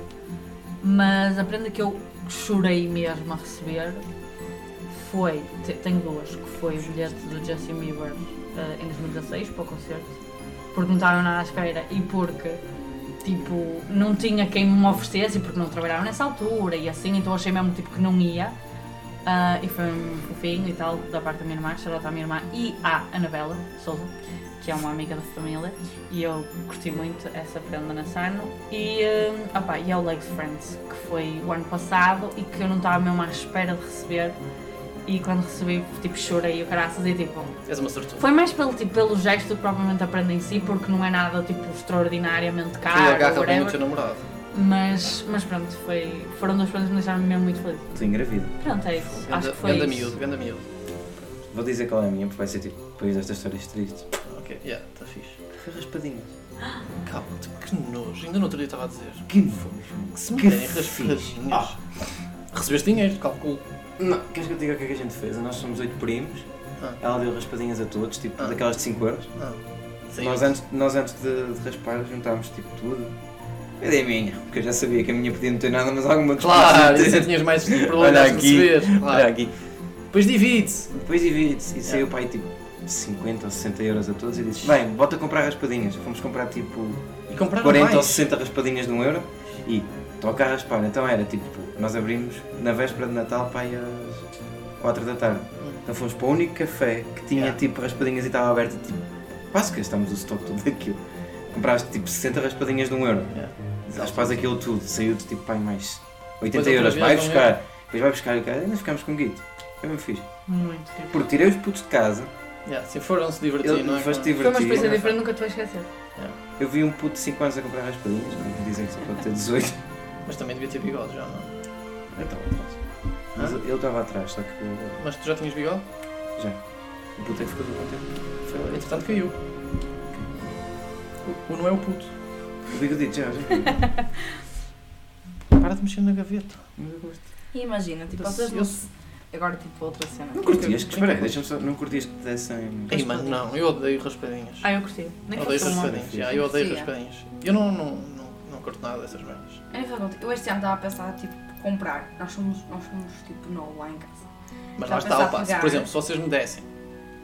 Mas a prenda que eu chorei mesmo a receber foi, te- tenho duas, que foi o bilhete do Justin Bieber eh, em dois mil e dezasseis para o concerto, porque não estava nada à espera e porque tipo, não tinha quem me oferecesse e porque não trabalhava nessa altura e assim, então achei mesmo tipo que não ia. Ah, e foi um fofinho e tal, da parte da minha irmã, charota à minha irmã e à Anabela Souza, que é uma amiga da família, e eu curti muito essa prenda nesse ano. E, hum, opá, e é o Legs Friends, que foi o ano passado e que eu não estava mesmo à espera de receber. E quando recebi, tipo, chorei o caraças e tipo. És uma sortuda. Foi mais pelo, tipo, pelo gesto do que propriamente a prenda em si, porque não é nada tipo extraordinariamente Tu caro ou agarra bem o whatever. teu namorado. Mas, mas pronto, foi, foram duas prendas que me deixaram mesmo muito feliz. Estou engravida. Pronto, é isso. Acho Ganda, que foi ganda isso. miúdo, ganda miúdo. Vou dizer qual é a minha, porque vai ser tipo, depois destas histórias tristes. Ok, yeah, está fixe. Foi raspadinhas. Calma-te, que nojo. Ainda no outro dia estava a dizer. Que nojo. Que se me Que derem fixe. raspadinhas. Ah. Recebeste dinheiro, calculo. Não, queres que eu te diga o que é que a gente fez? Nós somos oito primos, Ah. ela deu raspadinhas a todos, tipo Ah. daquelas de cinco euros. Ah, sim. Nós antes, nós antes de, de raspar juntámos tipo tudo. Eu dei a minha, porque eu já sabia que a minha podia não ter nada, mas alguma Claro, podia e ter. assim tinhas mais Olha probabilidades de aqui, receber. olha Claro. aqui. Depois divide-se. Depois divide-se e saiu Yeah. para aí tipo cinquenta ou sessenta euros a todos e disse: bem, bota a comprar raspadinhas. Fomos comprar tipo E compraram quarenta ou mais. sessenta raspadinhas de um euro e toca a raspar. Então era tipo, nós abrimos na véspera de Natal para aí às quatro da tarde. Então fomos para o único café que tinha Yeah. tipo raspadinhas e estava aberto tipo, quase que gastámos o estoque todo daquilo. Compraste tipo sessenta raspadinhas de um euro. Yeah. Raspas aquilo tudo, saiu-te tipo pai mais oitenta outra euros, vez vai um buscar. Depois vai buscar e o cara, ainda ficámos com guito. Foi mesmo fixe. Muito tipo. Porque tirei os putos de casa, Yeah, se foram-se divertir, ele não é? foste Foi uma divertir. experiência diferente, nunca te vais esquecer. Eu vi um puto de cinco anos a comprar raspadinhas, como dizem que só pode ter dezoito. Mas também devia ter bigode já, não é? Eu estava atrás. Mas ele estava atrás, só que Mas tu já tinhas bigode? já. O puto é que ficou do bom tempo. Foi, entretanto caiu. O, o não é o puto. O bigodito já, já. Para de mexer na gaveta. Mas eu gosto. E imagina, tipo, Eu- vocês não eu- se... Agora, tipo, outra cena. Não curtias que, espera aí, deixa-me só, não curtias que te dessem... Ei, mano, não, eu odeio raspadinhas. Ah, eu curti. Nem que Odeio fosse uma. raspadinhas, já, eu odeio Sim. raspadinhas. Eu não, não, não, não curto nada dessas merdas. Eu, nem falo, eu este ano estava a pensar, tipo, comprar. Nós somos, nós somos tipo, novo lá em casa. Mas Já lá está pensar o passo. pegar. Por exemplo, se vocês me dessem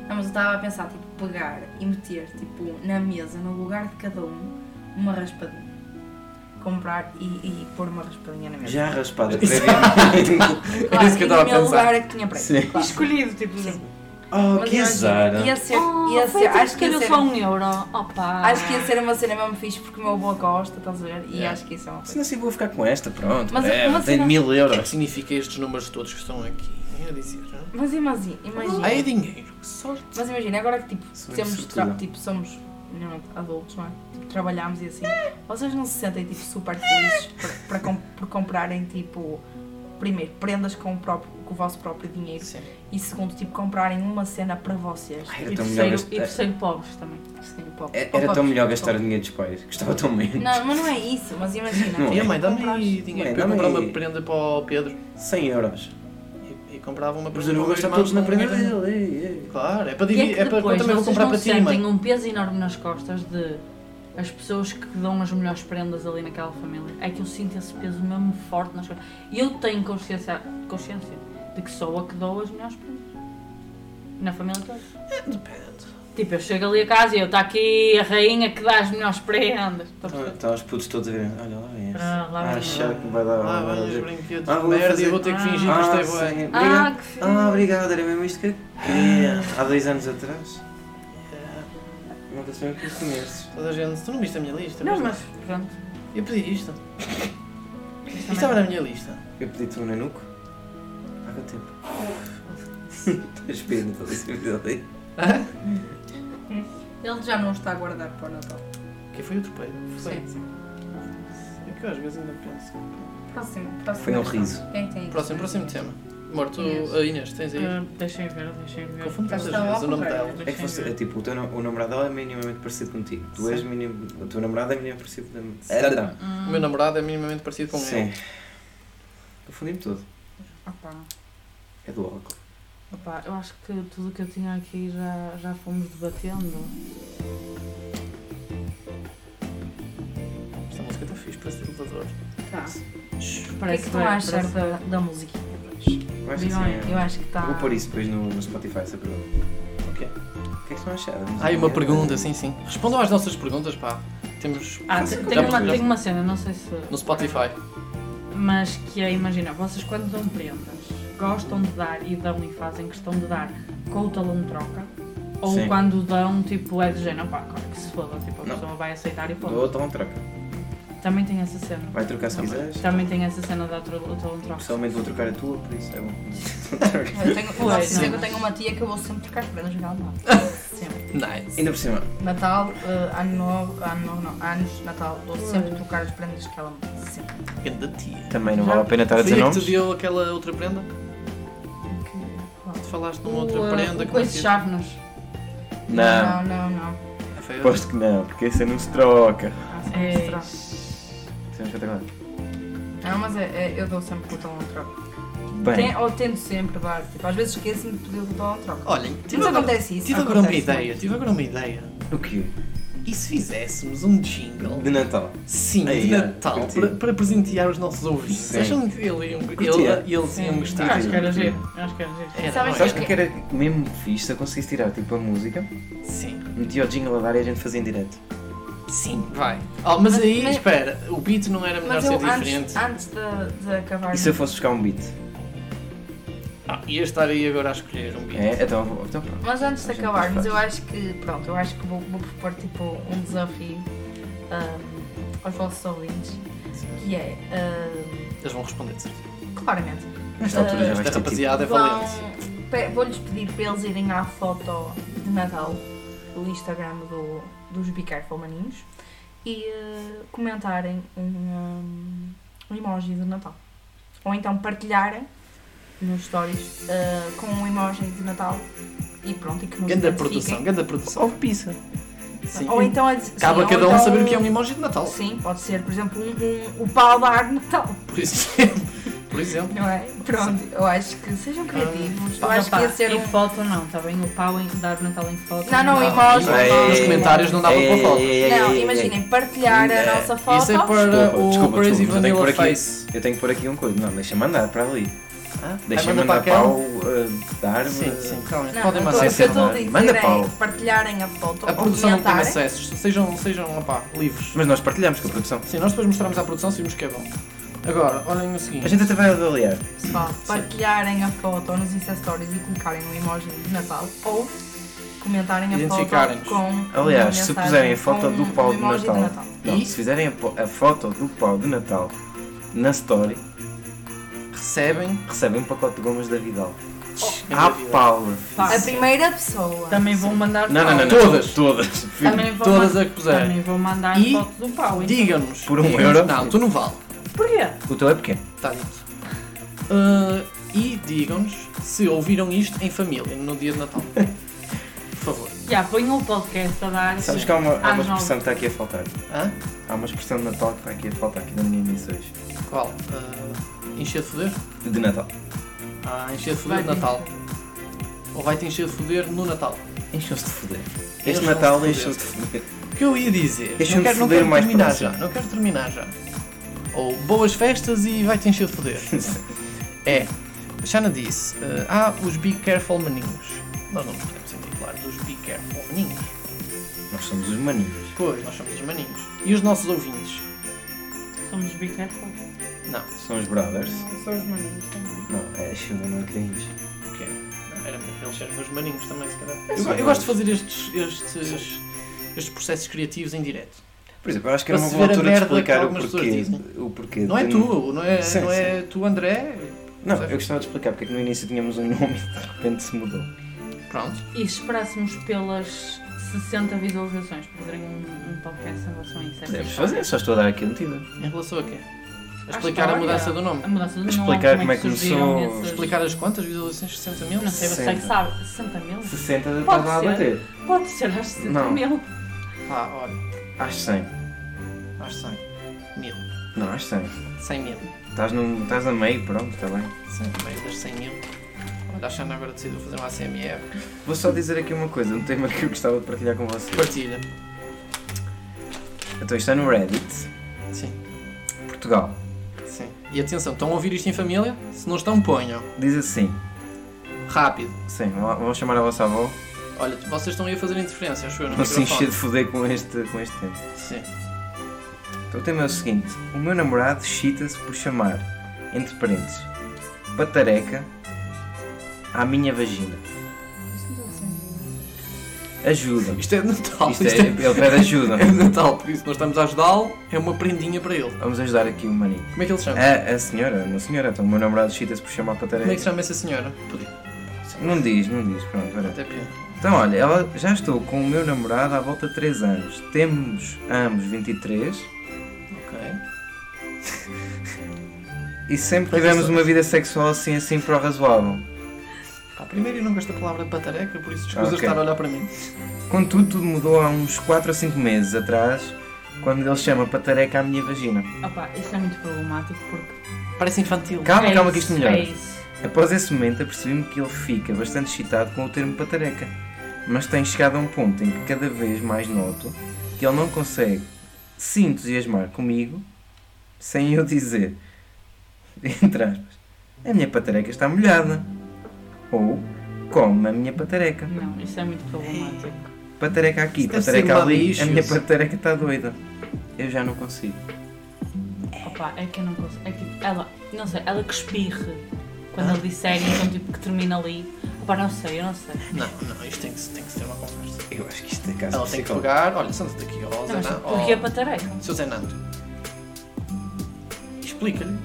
Não, mas eu estava a pensar, tipo, pegar e meter, tipo, na mesa, no lugar de cada um, uma raspadinha. Comprar e, e pôr uma raspadinha na mesa. Já raspada, Isso. previamente. Claro, isso que eu estava a e no meu pensar. lugar é que tinha preço. Sim. Claro. Escolhido, tipo. Sim. Oh, Mas que imagina, azar. Ia ser, Oh, ia foi ser, tipo acho que ia calhou ser, só um euro. Opa. acho que ia ser uma cena mesmo fixe porque o meu avô gosta, estás a ver? E Yeah. acho que isso é uma Se coisa. não assim vou ficar com esta, pronto. Mas é, uma tem cena- mil O que é que euros. significa estes números todos que estão aqui? É a dizer, não? Mas imagina, imagina. Ah, é dinheiro. Que sorte. Mas imagina, agora que tipo, Sou temos, sortuda. tra- tipo somos minimamente adultos, não é? Tipo, trabalhamos e assim, vocês não se sentem tipo super felizes por, para com- por comprarem tipo, primeiro, prendas com o, próprio, com o vosso próprio dinheiro Sim. e segundo, tipo, comprarem uma cena para vocês. Ai, era E tão melhor terceiro, e gastar. terceiro pobres também. Sim, pô, É- pô, Era pô, tão melhor pô, gastar pô. o dinheiro dos pais. Gostava tão menos. Não, mas não é isso, mas imagina. Não. E a mãe, dá-me compras- aí dinheiro Mãe, para eu dá-me comprar aí. uma prenda para o Pedro. cem euros. E, e comprava uma Mas prenda eu não vou para o gastar meu todos na irmão, prenda com uma- dele. ei, ei. Claro, é para E é dividir. que É para depois também vou vocês comprar não para ti, mãe. sentem um peso enorme nas costas de as pessoas que dão as melhores prendas ali naquela família. É que eu sinto esse peso mesmo forte nas costas. E eu tenho consciência, consciência de que sou a que dou as melhores prendas. Na família toda. Depende. Tipo, eu chego ali a casa e eu, está aqui a rainha que dá as melhores prendas. Estás a perceber? Estão os putos todos a ver. Olha lá, é esse. Ah, lá Ah, vem. achar que me vai dar. Ah, vai vai os dar- brinquedos Ah, de vou merda e fazer- eu vou ter que fingir que Ah, isto é sim. bué. Ah, Obrigado. que fixe. Ah, obrigado. Era mesmo isto que eu queria. Há dois anos atrás. Nunca sei que conheces. Toda a gente, tu não viste a minha lista? Não, viste? mas pronto. Eu pedi isto. Isto Isto também- estava na minha lista. Eu pedi-te um nanuco. Há quanto tempo? Estás pedindo para esse episódio. Ele já não está a guardar para o Natal. Que foi o tropeiro. Foi. Sim, sim. É que eu às vezes ainda penso. Próximo, próximo. Foi um questão. riso. Quem tem? Próximo, próximo tema. Amor, tu, Inês. a Inês, tens aí? Ah, deixem ver, deixem ver. Confundo Já tantas estão vezes a o nome correr. dela. É que você, é tipo, o, teu, na- o namorado dela é minimamente parecido contigo. Tu és Sim. minim, o teu namorado é minimamente parecido com Hum, O meu namorado é minimamente parecido com Sim. ele. Confundi-me todo. Opa, É do álcool. opa, eu acho que tudo o que eu tinha aqui já, já fomos debatendo. Esta música está fixe, parece elevador. Tá. O que é que Parece estão a achar da, da música? Eu acho que Digam sim. aí, Eu acho que está. Eu vou pôr isso depois no, no Spotify, essa pergunta. O quê? O que é que estão a achar? da música? Ah, e uma pergunta, sim, sim. Respondam às nossas perguntas, pá. Temos Ah, Faça- te- já tenho uma, percebi. tenho uma cena, não sei se. no Spotify. Mas que é, imagina, vocês quando dão prendas, gostam de dar e dão e fazem questão de dar com o talão de troca? Ou Sim. quando dão, tipo, é de género, pá, claro que se foda, tipo, a Não. pessoa vai aceitar e Dou pô. talão de troca. Também tem essa cena. Vai trocar se quiseres. Também tem essa cena da tro- o talão de troca. Pessoalmente vou trocar a tua, por isso é bom. Eu tenho, Pois, posso dizer não. que eu tenho uma tia que eu vou sempre trocar prendas de Natal. Sempre. Nice. Ainda por cima, Natal, eh, ano novo, ano novo não, anos, Natal, vou sempre Pois. trocar as prendas que ela me dá. Sempre. Grande tia. também não Já- vale a pena estar a Foi dizer a que te nomes. deu aquela outra prenda? Qual? Tu falaste numa O, outra uh, prenda o que coisa de chaves. Não, Não, não, não. Foi a- aposto que não, porque esse não se troca. Ah, sim, É. será? Isso é espetacular. Não, mas é, é- eu dou sempre com o talão de troca. Bem, Tem- ou tento sempre dar. Tipo, às vezes esqueço-me de pedir o talão de troca. Olhem, tive Mas agora, acontece isso. tive agora uma acontece ideia. muito. Tive agora uma ideia. o quê? E se fizéssemos um jingle? De Natal. Sim, Aí, de é, Natal, curti. para, para presentear os nossos ouvintes. Sim. Acham que ele iam, ele, Curtia. eles Sim, iam gostar? acho que era giro. Acho que era giro. Era, Sabes não Sabes era? o que era mesmo fixe se eu conseguisse tirar tipo a música, Sim, metia o jingle a dar e a gente fazia em direto. sim, vai. Oh, mas, Mas- aí, mas- espera, o beat não era melhor Mas ser eu, diferente? antes, antes de, de acabar. E se eu fosse buscar um beat? Ah, ia estar aí agora a escolher um beat. É, então, vou- então pronto. Mas antes de A gente acabarmos, faz. eu acho que, pronto, eu acho que vou, vou propor tipo um desafio ahm, aos vossos ouvintes, que é, ahm, Eles vão responder de certeza. claramente, Nesta altura já Esta vais ter tipo... rapaziada é vão, valente. pe- vou-lhes pedir para eles irem à foto de Natal do Instagram do, dos Be Careful Maninhos e eh, comentarem um, um, um emoji de Natal. Ou então partilharem nos stories eh, com um emoji de Natal e pronto, e que nos Ganda identifiquem. produção, ganda produção. Ou pizza. Sim. Ou então a dizer- Cabe sim, a cada ou um então- saber o que é um emoji de Natal. Sim, pode ser, por exemplo, um, um, o pau da árvore de Natal, Por exemplo. Por exemplo. não é? Pronto, eu acho que sejam criativos. eu Pá, acho que ia pá, ser em um. foto não, está bem? O pau em dar Natal em foto. Não, não, Não, emoji. não, emoji. nos comentários não dá para pôr foto. Não, imaginem, partilhar a nossa foto. Isso é para Desculpa, o desculpa, Crazy desculpa, eu tenho que Vanilla pôr aqui- Face. Eu tenho que pôr aqui um coisa. Não, deixa-me andar para ali. Hã? Deixem Ai, manda mandar para aquela. pau uh, da árvore. Sim, sim, calma. Não, Podem não, mandar. o que eu estou a Manda dizer pau. é partilharem a foto A ou produção não tem comentarem. acessos. Sejam, sejam opá, livres. Mas nós partilhamos com a produção. Sim, nós depois mostramos à produção se vimos que é bom. Agora, olhem o seguinte. A gente até vai avaliar. Só partilharem a foto nos Insta Stories e colocarem um emoji de Natal ou comentarem a foto Identificarem-nos. com Aliás, uma se mensagem puserem a foto com do pau um de emoji Natal. Não, E? se fizerem a, po- a foto do pau de Natal na story, Recebem. recebem um pacote de gomas da Vidal. Ah, À Paula. A primeira pessoa. Também vou mandar Não, não, não, não. Todas. Todas. Também vou Todas ma- a que puserem. Também vou mandar E foto do pau. então. Digam-nos. Por um Digam-nos- euro? Não, tu não vale. Porquê? O teu é pequeno. Está dito. Uh, e digam-nos se ouviram isto em família no dia de Natal. Por favor. Já, ponham o podcast a dar. Sabes que há uma, há Às uma nove. expressão que está aqui a faltar. Hã? Há uma expressão de Natal que está aqui a faltar aqui na minha emissão hoje. Qual? Uh, encher de foder? De Natal. Ah, encher de foder de Vai, Natal. Ou vai-te encher de foder no Natal. Encheu-se de foder. Encheu-se Este de Natal foder. encheu-se de foder. O que eu ia dizer? Deixa-me Não quero, não foder quero mais terminar próximo. já. Não quero terminar já. Ou boas festas e vai-te encher de foder. É. A Xana disse. Uh, ah, os Be Careful maninhos. Nós não nos podemos intitular dos Be Careful maninhos. Nós somos os maninhos. Pois, nós somos os maninhos. E os nossos ouvintes? Somos be careful. Não. São os brothers. São os maninhos também. Não, é a Xuda, não é cringe. O quê? Não, era para eles serem meus maninhos também, se calhar. É Eu, só eu nós. gosto de fazer estes, estes, estes processos criativos em direto. Por exemplo, eu acho que era Para uma se boa ver a altura de merda que explicar o algumas pessoas porquê. dizem. O porquê Não é de- tu, não é, Sim, não é tu, André. Não, Certo. eu gostava de explicar porque é que no início tínhamos um nome e de repente se mudou. Pronto. E se esperássemos pelas sessenta visualizações para fazerem um, um podcast em relação a isso? É Podemos fixe. fazer, só estou a dar aqui a notícia. Em relação a quê? A À explicar a história, mudança do nome. A mudança do nome. Explicar como é que surgiram começou, esses- Explicar as quantas visualizações? sessenta mil? Não sei, você é sessenta. que sabe. sessenta mil? sessenta Pode estava a ser. bater. Pode ser às sessenta Não. mil. Pá, olha, Às cem. acho cem. Mil. Não, às cem. cem mil. Estás, num, estás a meio, pronto, está bem. cem meio das cem mil. Olha, a Xana agora decidiu fazer uma A C M R. Vou só dizer aqui uma coisa, um tema que eu gostava de partilhar com vocês. Partilha. Então isto é no Reddit, Sim, Portugal. sim. E atenção, estão a ouvir isto em família? Se não estão, ponham. Diz assim, Rápido. sim, vou vou chamar a vossa avó, Olha, vocês estão aí a fazer interferência, acho eu, no não se encher microfone. de foder com este, com este tema. Sim. Então o tema é o seguinte, o meu namorado chita-se por chamar, entre parênteses, patareca à minha vagina. Ajuda. Isto é de Natal. Isto é, ele pede ajuda. É de Natal, por isso nós estamos a ajudá-lo, é uma prendinha para ele. Vamos ajudar aqui o maninho. Como é que ele se chama? A, a senhora, uma senhora, então o meu namorado chita-se por chamar patareca. Como é que se chama essa senhora? Podia. Não diz, não diz, pronto, pera. Até pior. Então olha, ela, já estou com o meu namorado há volta de três anos. Temos ambos vinte e três Ok. e sempre Pois tivemos isso- uma vida sexual assim assim para o razoável. Pá, primeiro eu não gosto da palavra patareca, por isso escusas Ok. estar a olhar para mim. Contudo, tudo mudou há uns quatro ou cinco meses atrás, quando ele chama patareca à minha vagina. Opa, isso é muito problemático porque. Parece infantil. Calma, é calma que isso, isto melhora. É isso. Após esse momento, apercebi-me que ele fica bastante excitado com o termo patareca, mas tem chegado a um ponto em que cada vez mais noto que ele não consegue se entusiasmar comigo sem eu dizer, entre aspas, a minha patareca está molhada, ou come a minha patareca. Não, isso é muito problemático. Patareca aqui, Isso deve patareca ser ali, mamichos. a minha patareca está doida. Eu já não consigo. Opa, é que eu não consigo. É que ela, não sei, ela que espirre quando ele disser, então tipo que termina ali. Opa, não sei, eu não sei. Não, não, isto tem que, tem que ser uma conversa. Eu acho que isto é caso Ela tem que psicólogo. pegar, olha, senta-te aqui, ó Não, Zé mas Nando. porquê a ó, patareca? Seu Zé Nando. Explica-lhe.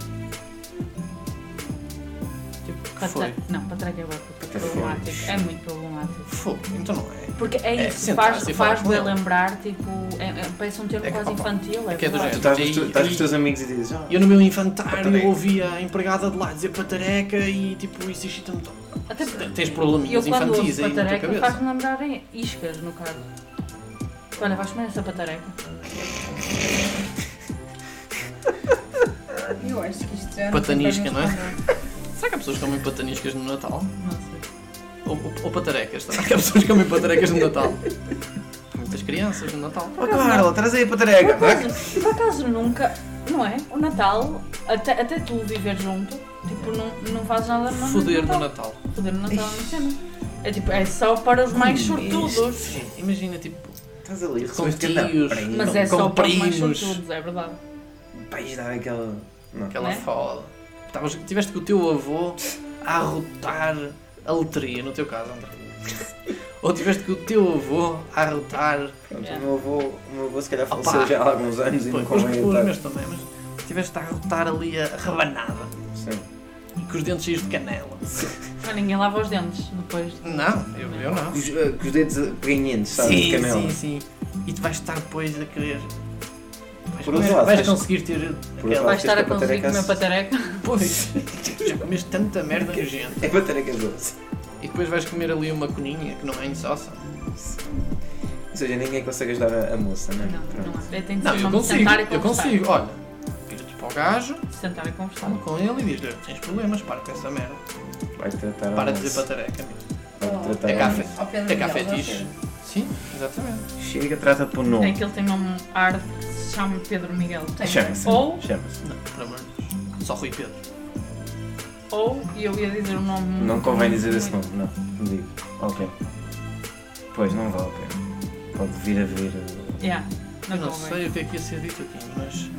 Tipo, Foi. pata... Não, patareca é bué problemático. É muito problemático. Fogo, então não é. Porque é É, isso, sentar-se faz, e falar faz com bué ele. lembrar, tipo, é, é, parece um termo É que, quase opa, infantil. é que é do verdade. Tu género. estás com os E- tu- estás com e- os teus amigos e dizes, ah, Eu no meu infantário Patareca. eu ouvia a empregada de lá dizer patareca e tipo, isso excita-me tão. Até porque Tens eu probleminhas quando ouço infantis aí na tua patareca cabeça. faz-me lembrar em iscas, no caso. Olha, vais comer essa patareca? Eu acho que isto já Patanisca, sei não é? responder. Será que há pessoas que comem pataniscas no Natal? Não sei. Ou, ou, ou patarecas? Será que há pessoas que comem patarecas no Natal? Há muitas crianças no Natal. oh Carla, traz aí a patareca. Por acaso, por acaso nunca, não é? O Natal, até, até tu viver junto, Tipo, não, não fazes nada no Foder no Natal. Natal. Foder no Natal é uma cena. É tipo, é só para os mais sortudos. Sim, imagina, tipo, Estás ali, com recebeste cada tios, prenda. Mas é com só para os mais primos. sortudos, é verdade. Vais dar aquela... Não. Aquela Né? foda. Estavas- Tiveste com o teu avô a arrotar a loteria, no teu caso, André. Ou tiveste com o teu avô a arrotar. Pronto, Yeah. o meu avô, o meu avô se calhar Opa. faleceu já há alguns anos e não Pois, os, convém os estar. meus também, mas tiveste a arrotar ali a rabanada Sim. e com os dentes cheios de canela. Mas ninguém lava os dentes depois. Não, eu, eu não. Com os, eh, com os dedos pequeninos, sabe? de Sim, canela. sim, sim. E tu vais estar depois a querer. Vais, Por outro comer- lado, vais vais- conseguir ter. outro Aquela... lado, Vais estar a com a conseguir patareca- comer patareca. Pois, já comeste tanta merda nojenta. É patarecas doce. E depois vais comer ali uma coninha que não é insossa. Ou seja, ninguém consegue ajudar a, a moça, não é? Não, Pronto. não é. Tem de Não, ser eu mesmo consigo, sentar e eu conversar. consigo. Olha, vira-te para o gajo, Sentar e conversar. fala com ele e diz-lhe: tens problemas, para com essa merda. Vai tratar a Para de moça. dizer patareca. Vai tratar É a café. moça. Ao Pedro É cá Miguel, fetiche. vocês. Sim, exatamente. Chega, trata-te por É nome. que ele tem um ar que se chama Pedro Miguel. Tem. Chama-se. Ou, Chama-se. Não, por amor de Deus. Só Rui Pedro. ou, e eu ia dizer o nome. Não convém dizer esse muito- nome, não. Não digo. Ok. Pois, não vale a pena. Pode vir a vir. eh, Yeah, Eu não não convém. sei o que é que ia ser dito aqui, mas.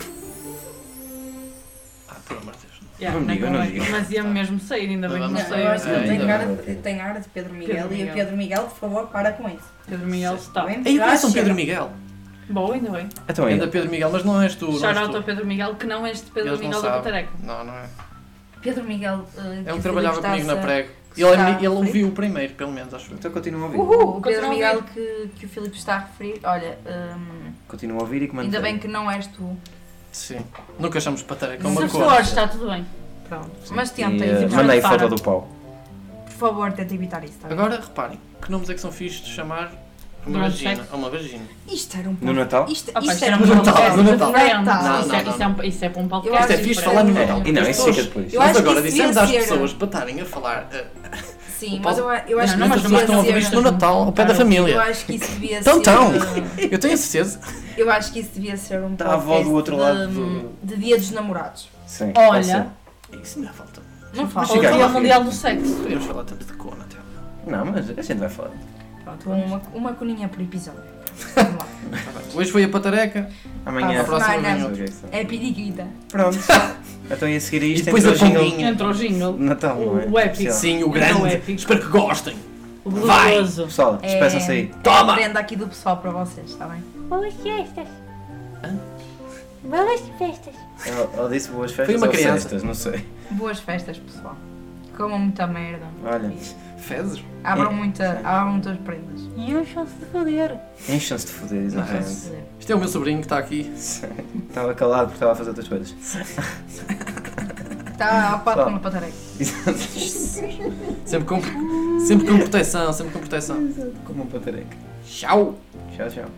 Ah, por amor de Deus. Yeah, Não não digo, não convém. digo. Mas ia mesmo sair, ainda bem que não Vamos Não, saiu. eu acho que É, ele tem ainda cara, bem. de, tem cara de Pedro Miguel Pedro e Miguel. o Pedro Miguel, por favor, para com isso. Pedro Miguel está. Tá bem? Aí Já parece um chega. Pedro Miguel. Boa, ainda bem. Então é. Anda Pedro Miguel, mas não és tu. Não Shout és out tu. ao Pedro Miguel, que não é este Pedro Eles não Miguel da sabem. Patareca. Não, não é. Pedro Miguel, uh, É um que trabalhava está comigo na a- prego. que Ele, está a ele ouviu referir. o primeiro, pelo menos, acho eu. Então continua a ouvir. Uhul, o Continua Pedro a Miguel ouvir. que, que o Filipe está a referir, olha, hum, Continua a ouvir e comenta. ainda bem que não és tu. Sim. Nunca achamos patareca. É Se uma for, coisa. está tudo bem. Pronto. Mas tenta, E, eh, evitar. manda aí Para. foto do pau. Por favor, tenta evitar isso, tá bem? Agora, reparem, que nomes é que são fixos de chamar a uma Durante vagina? sexo? A uma vagina. Isto era um No Natal? Isto, Opa, isto isto era era um um Natal, podcast no Natal. diferente. Não, Isso é- não, isso é um- Isso é para um Eu podcast acho Isto é que fixe isso falar no é- Natal. E não, As isso fica pessoas- depois. Eu Nós acho que agora isso dissemos devia às ser- pessoas para estarem a falar. eh, Sim, mas eu, eu acho Não, que não, mas isso mas não devia estão a ouvir ser- isto no Natal, ao pé da Eu família. acho que isso devia Então, ser. então. uh, Eu tenho a certeza. Eu acho que isso devia ser um Está a avó do podcast outro de, lado do- de Dia dos Namorados. Sim. pode ser. Olha, Isso ainda falta. Não fala. ou Chega o Dia aqui. Mundial do Sexo. Podemos falar tanto de cona até. Não, mas a gente vai falar. Pronto, Com uma, uma coninha por episódio. Vamos lá. Tá bem. Hoje foi a patareca. Amanhã. A próxima semana. vem Vamos ver outro. o que é que É periquita. Pronto. Então ia seguir E isto depois entre a o jingle pombinha. Entra o jingle. de Natal, não é? O épico. Especial. Sim, o Então, grande. épico. Espero que gostem. O Vai. glorioso. Pessoal, despeçam-se aí. É Toma! a prenda aqui do pessoal para vocês, está bem? Boas festas. Hã? Boas festas. Ela, ela disse boas festas Foi uma ou criança. sextas, não sei. Boas festas, pessoal. Comam muita merda. Olha, Fezes? Abram, É. muita, abram muitas prendas. E um chance de foder. enchem-se de foder, exatamente. Isto é o meu sobrinho que está aqui. Estava calado porque estava a fazer outras coisas. Está ocupado Só. com uma patareca. Sempre com, sempre com proteção, sempre com proteção. Como um patareca. Tchau! Tchau, tchau.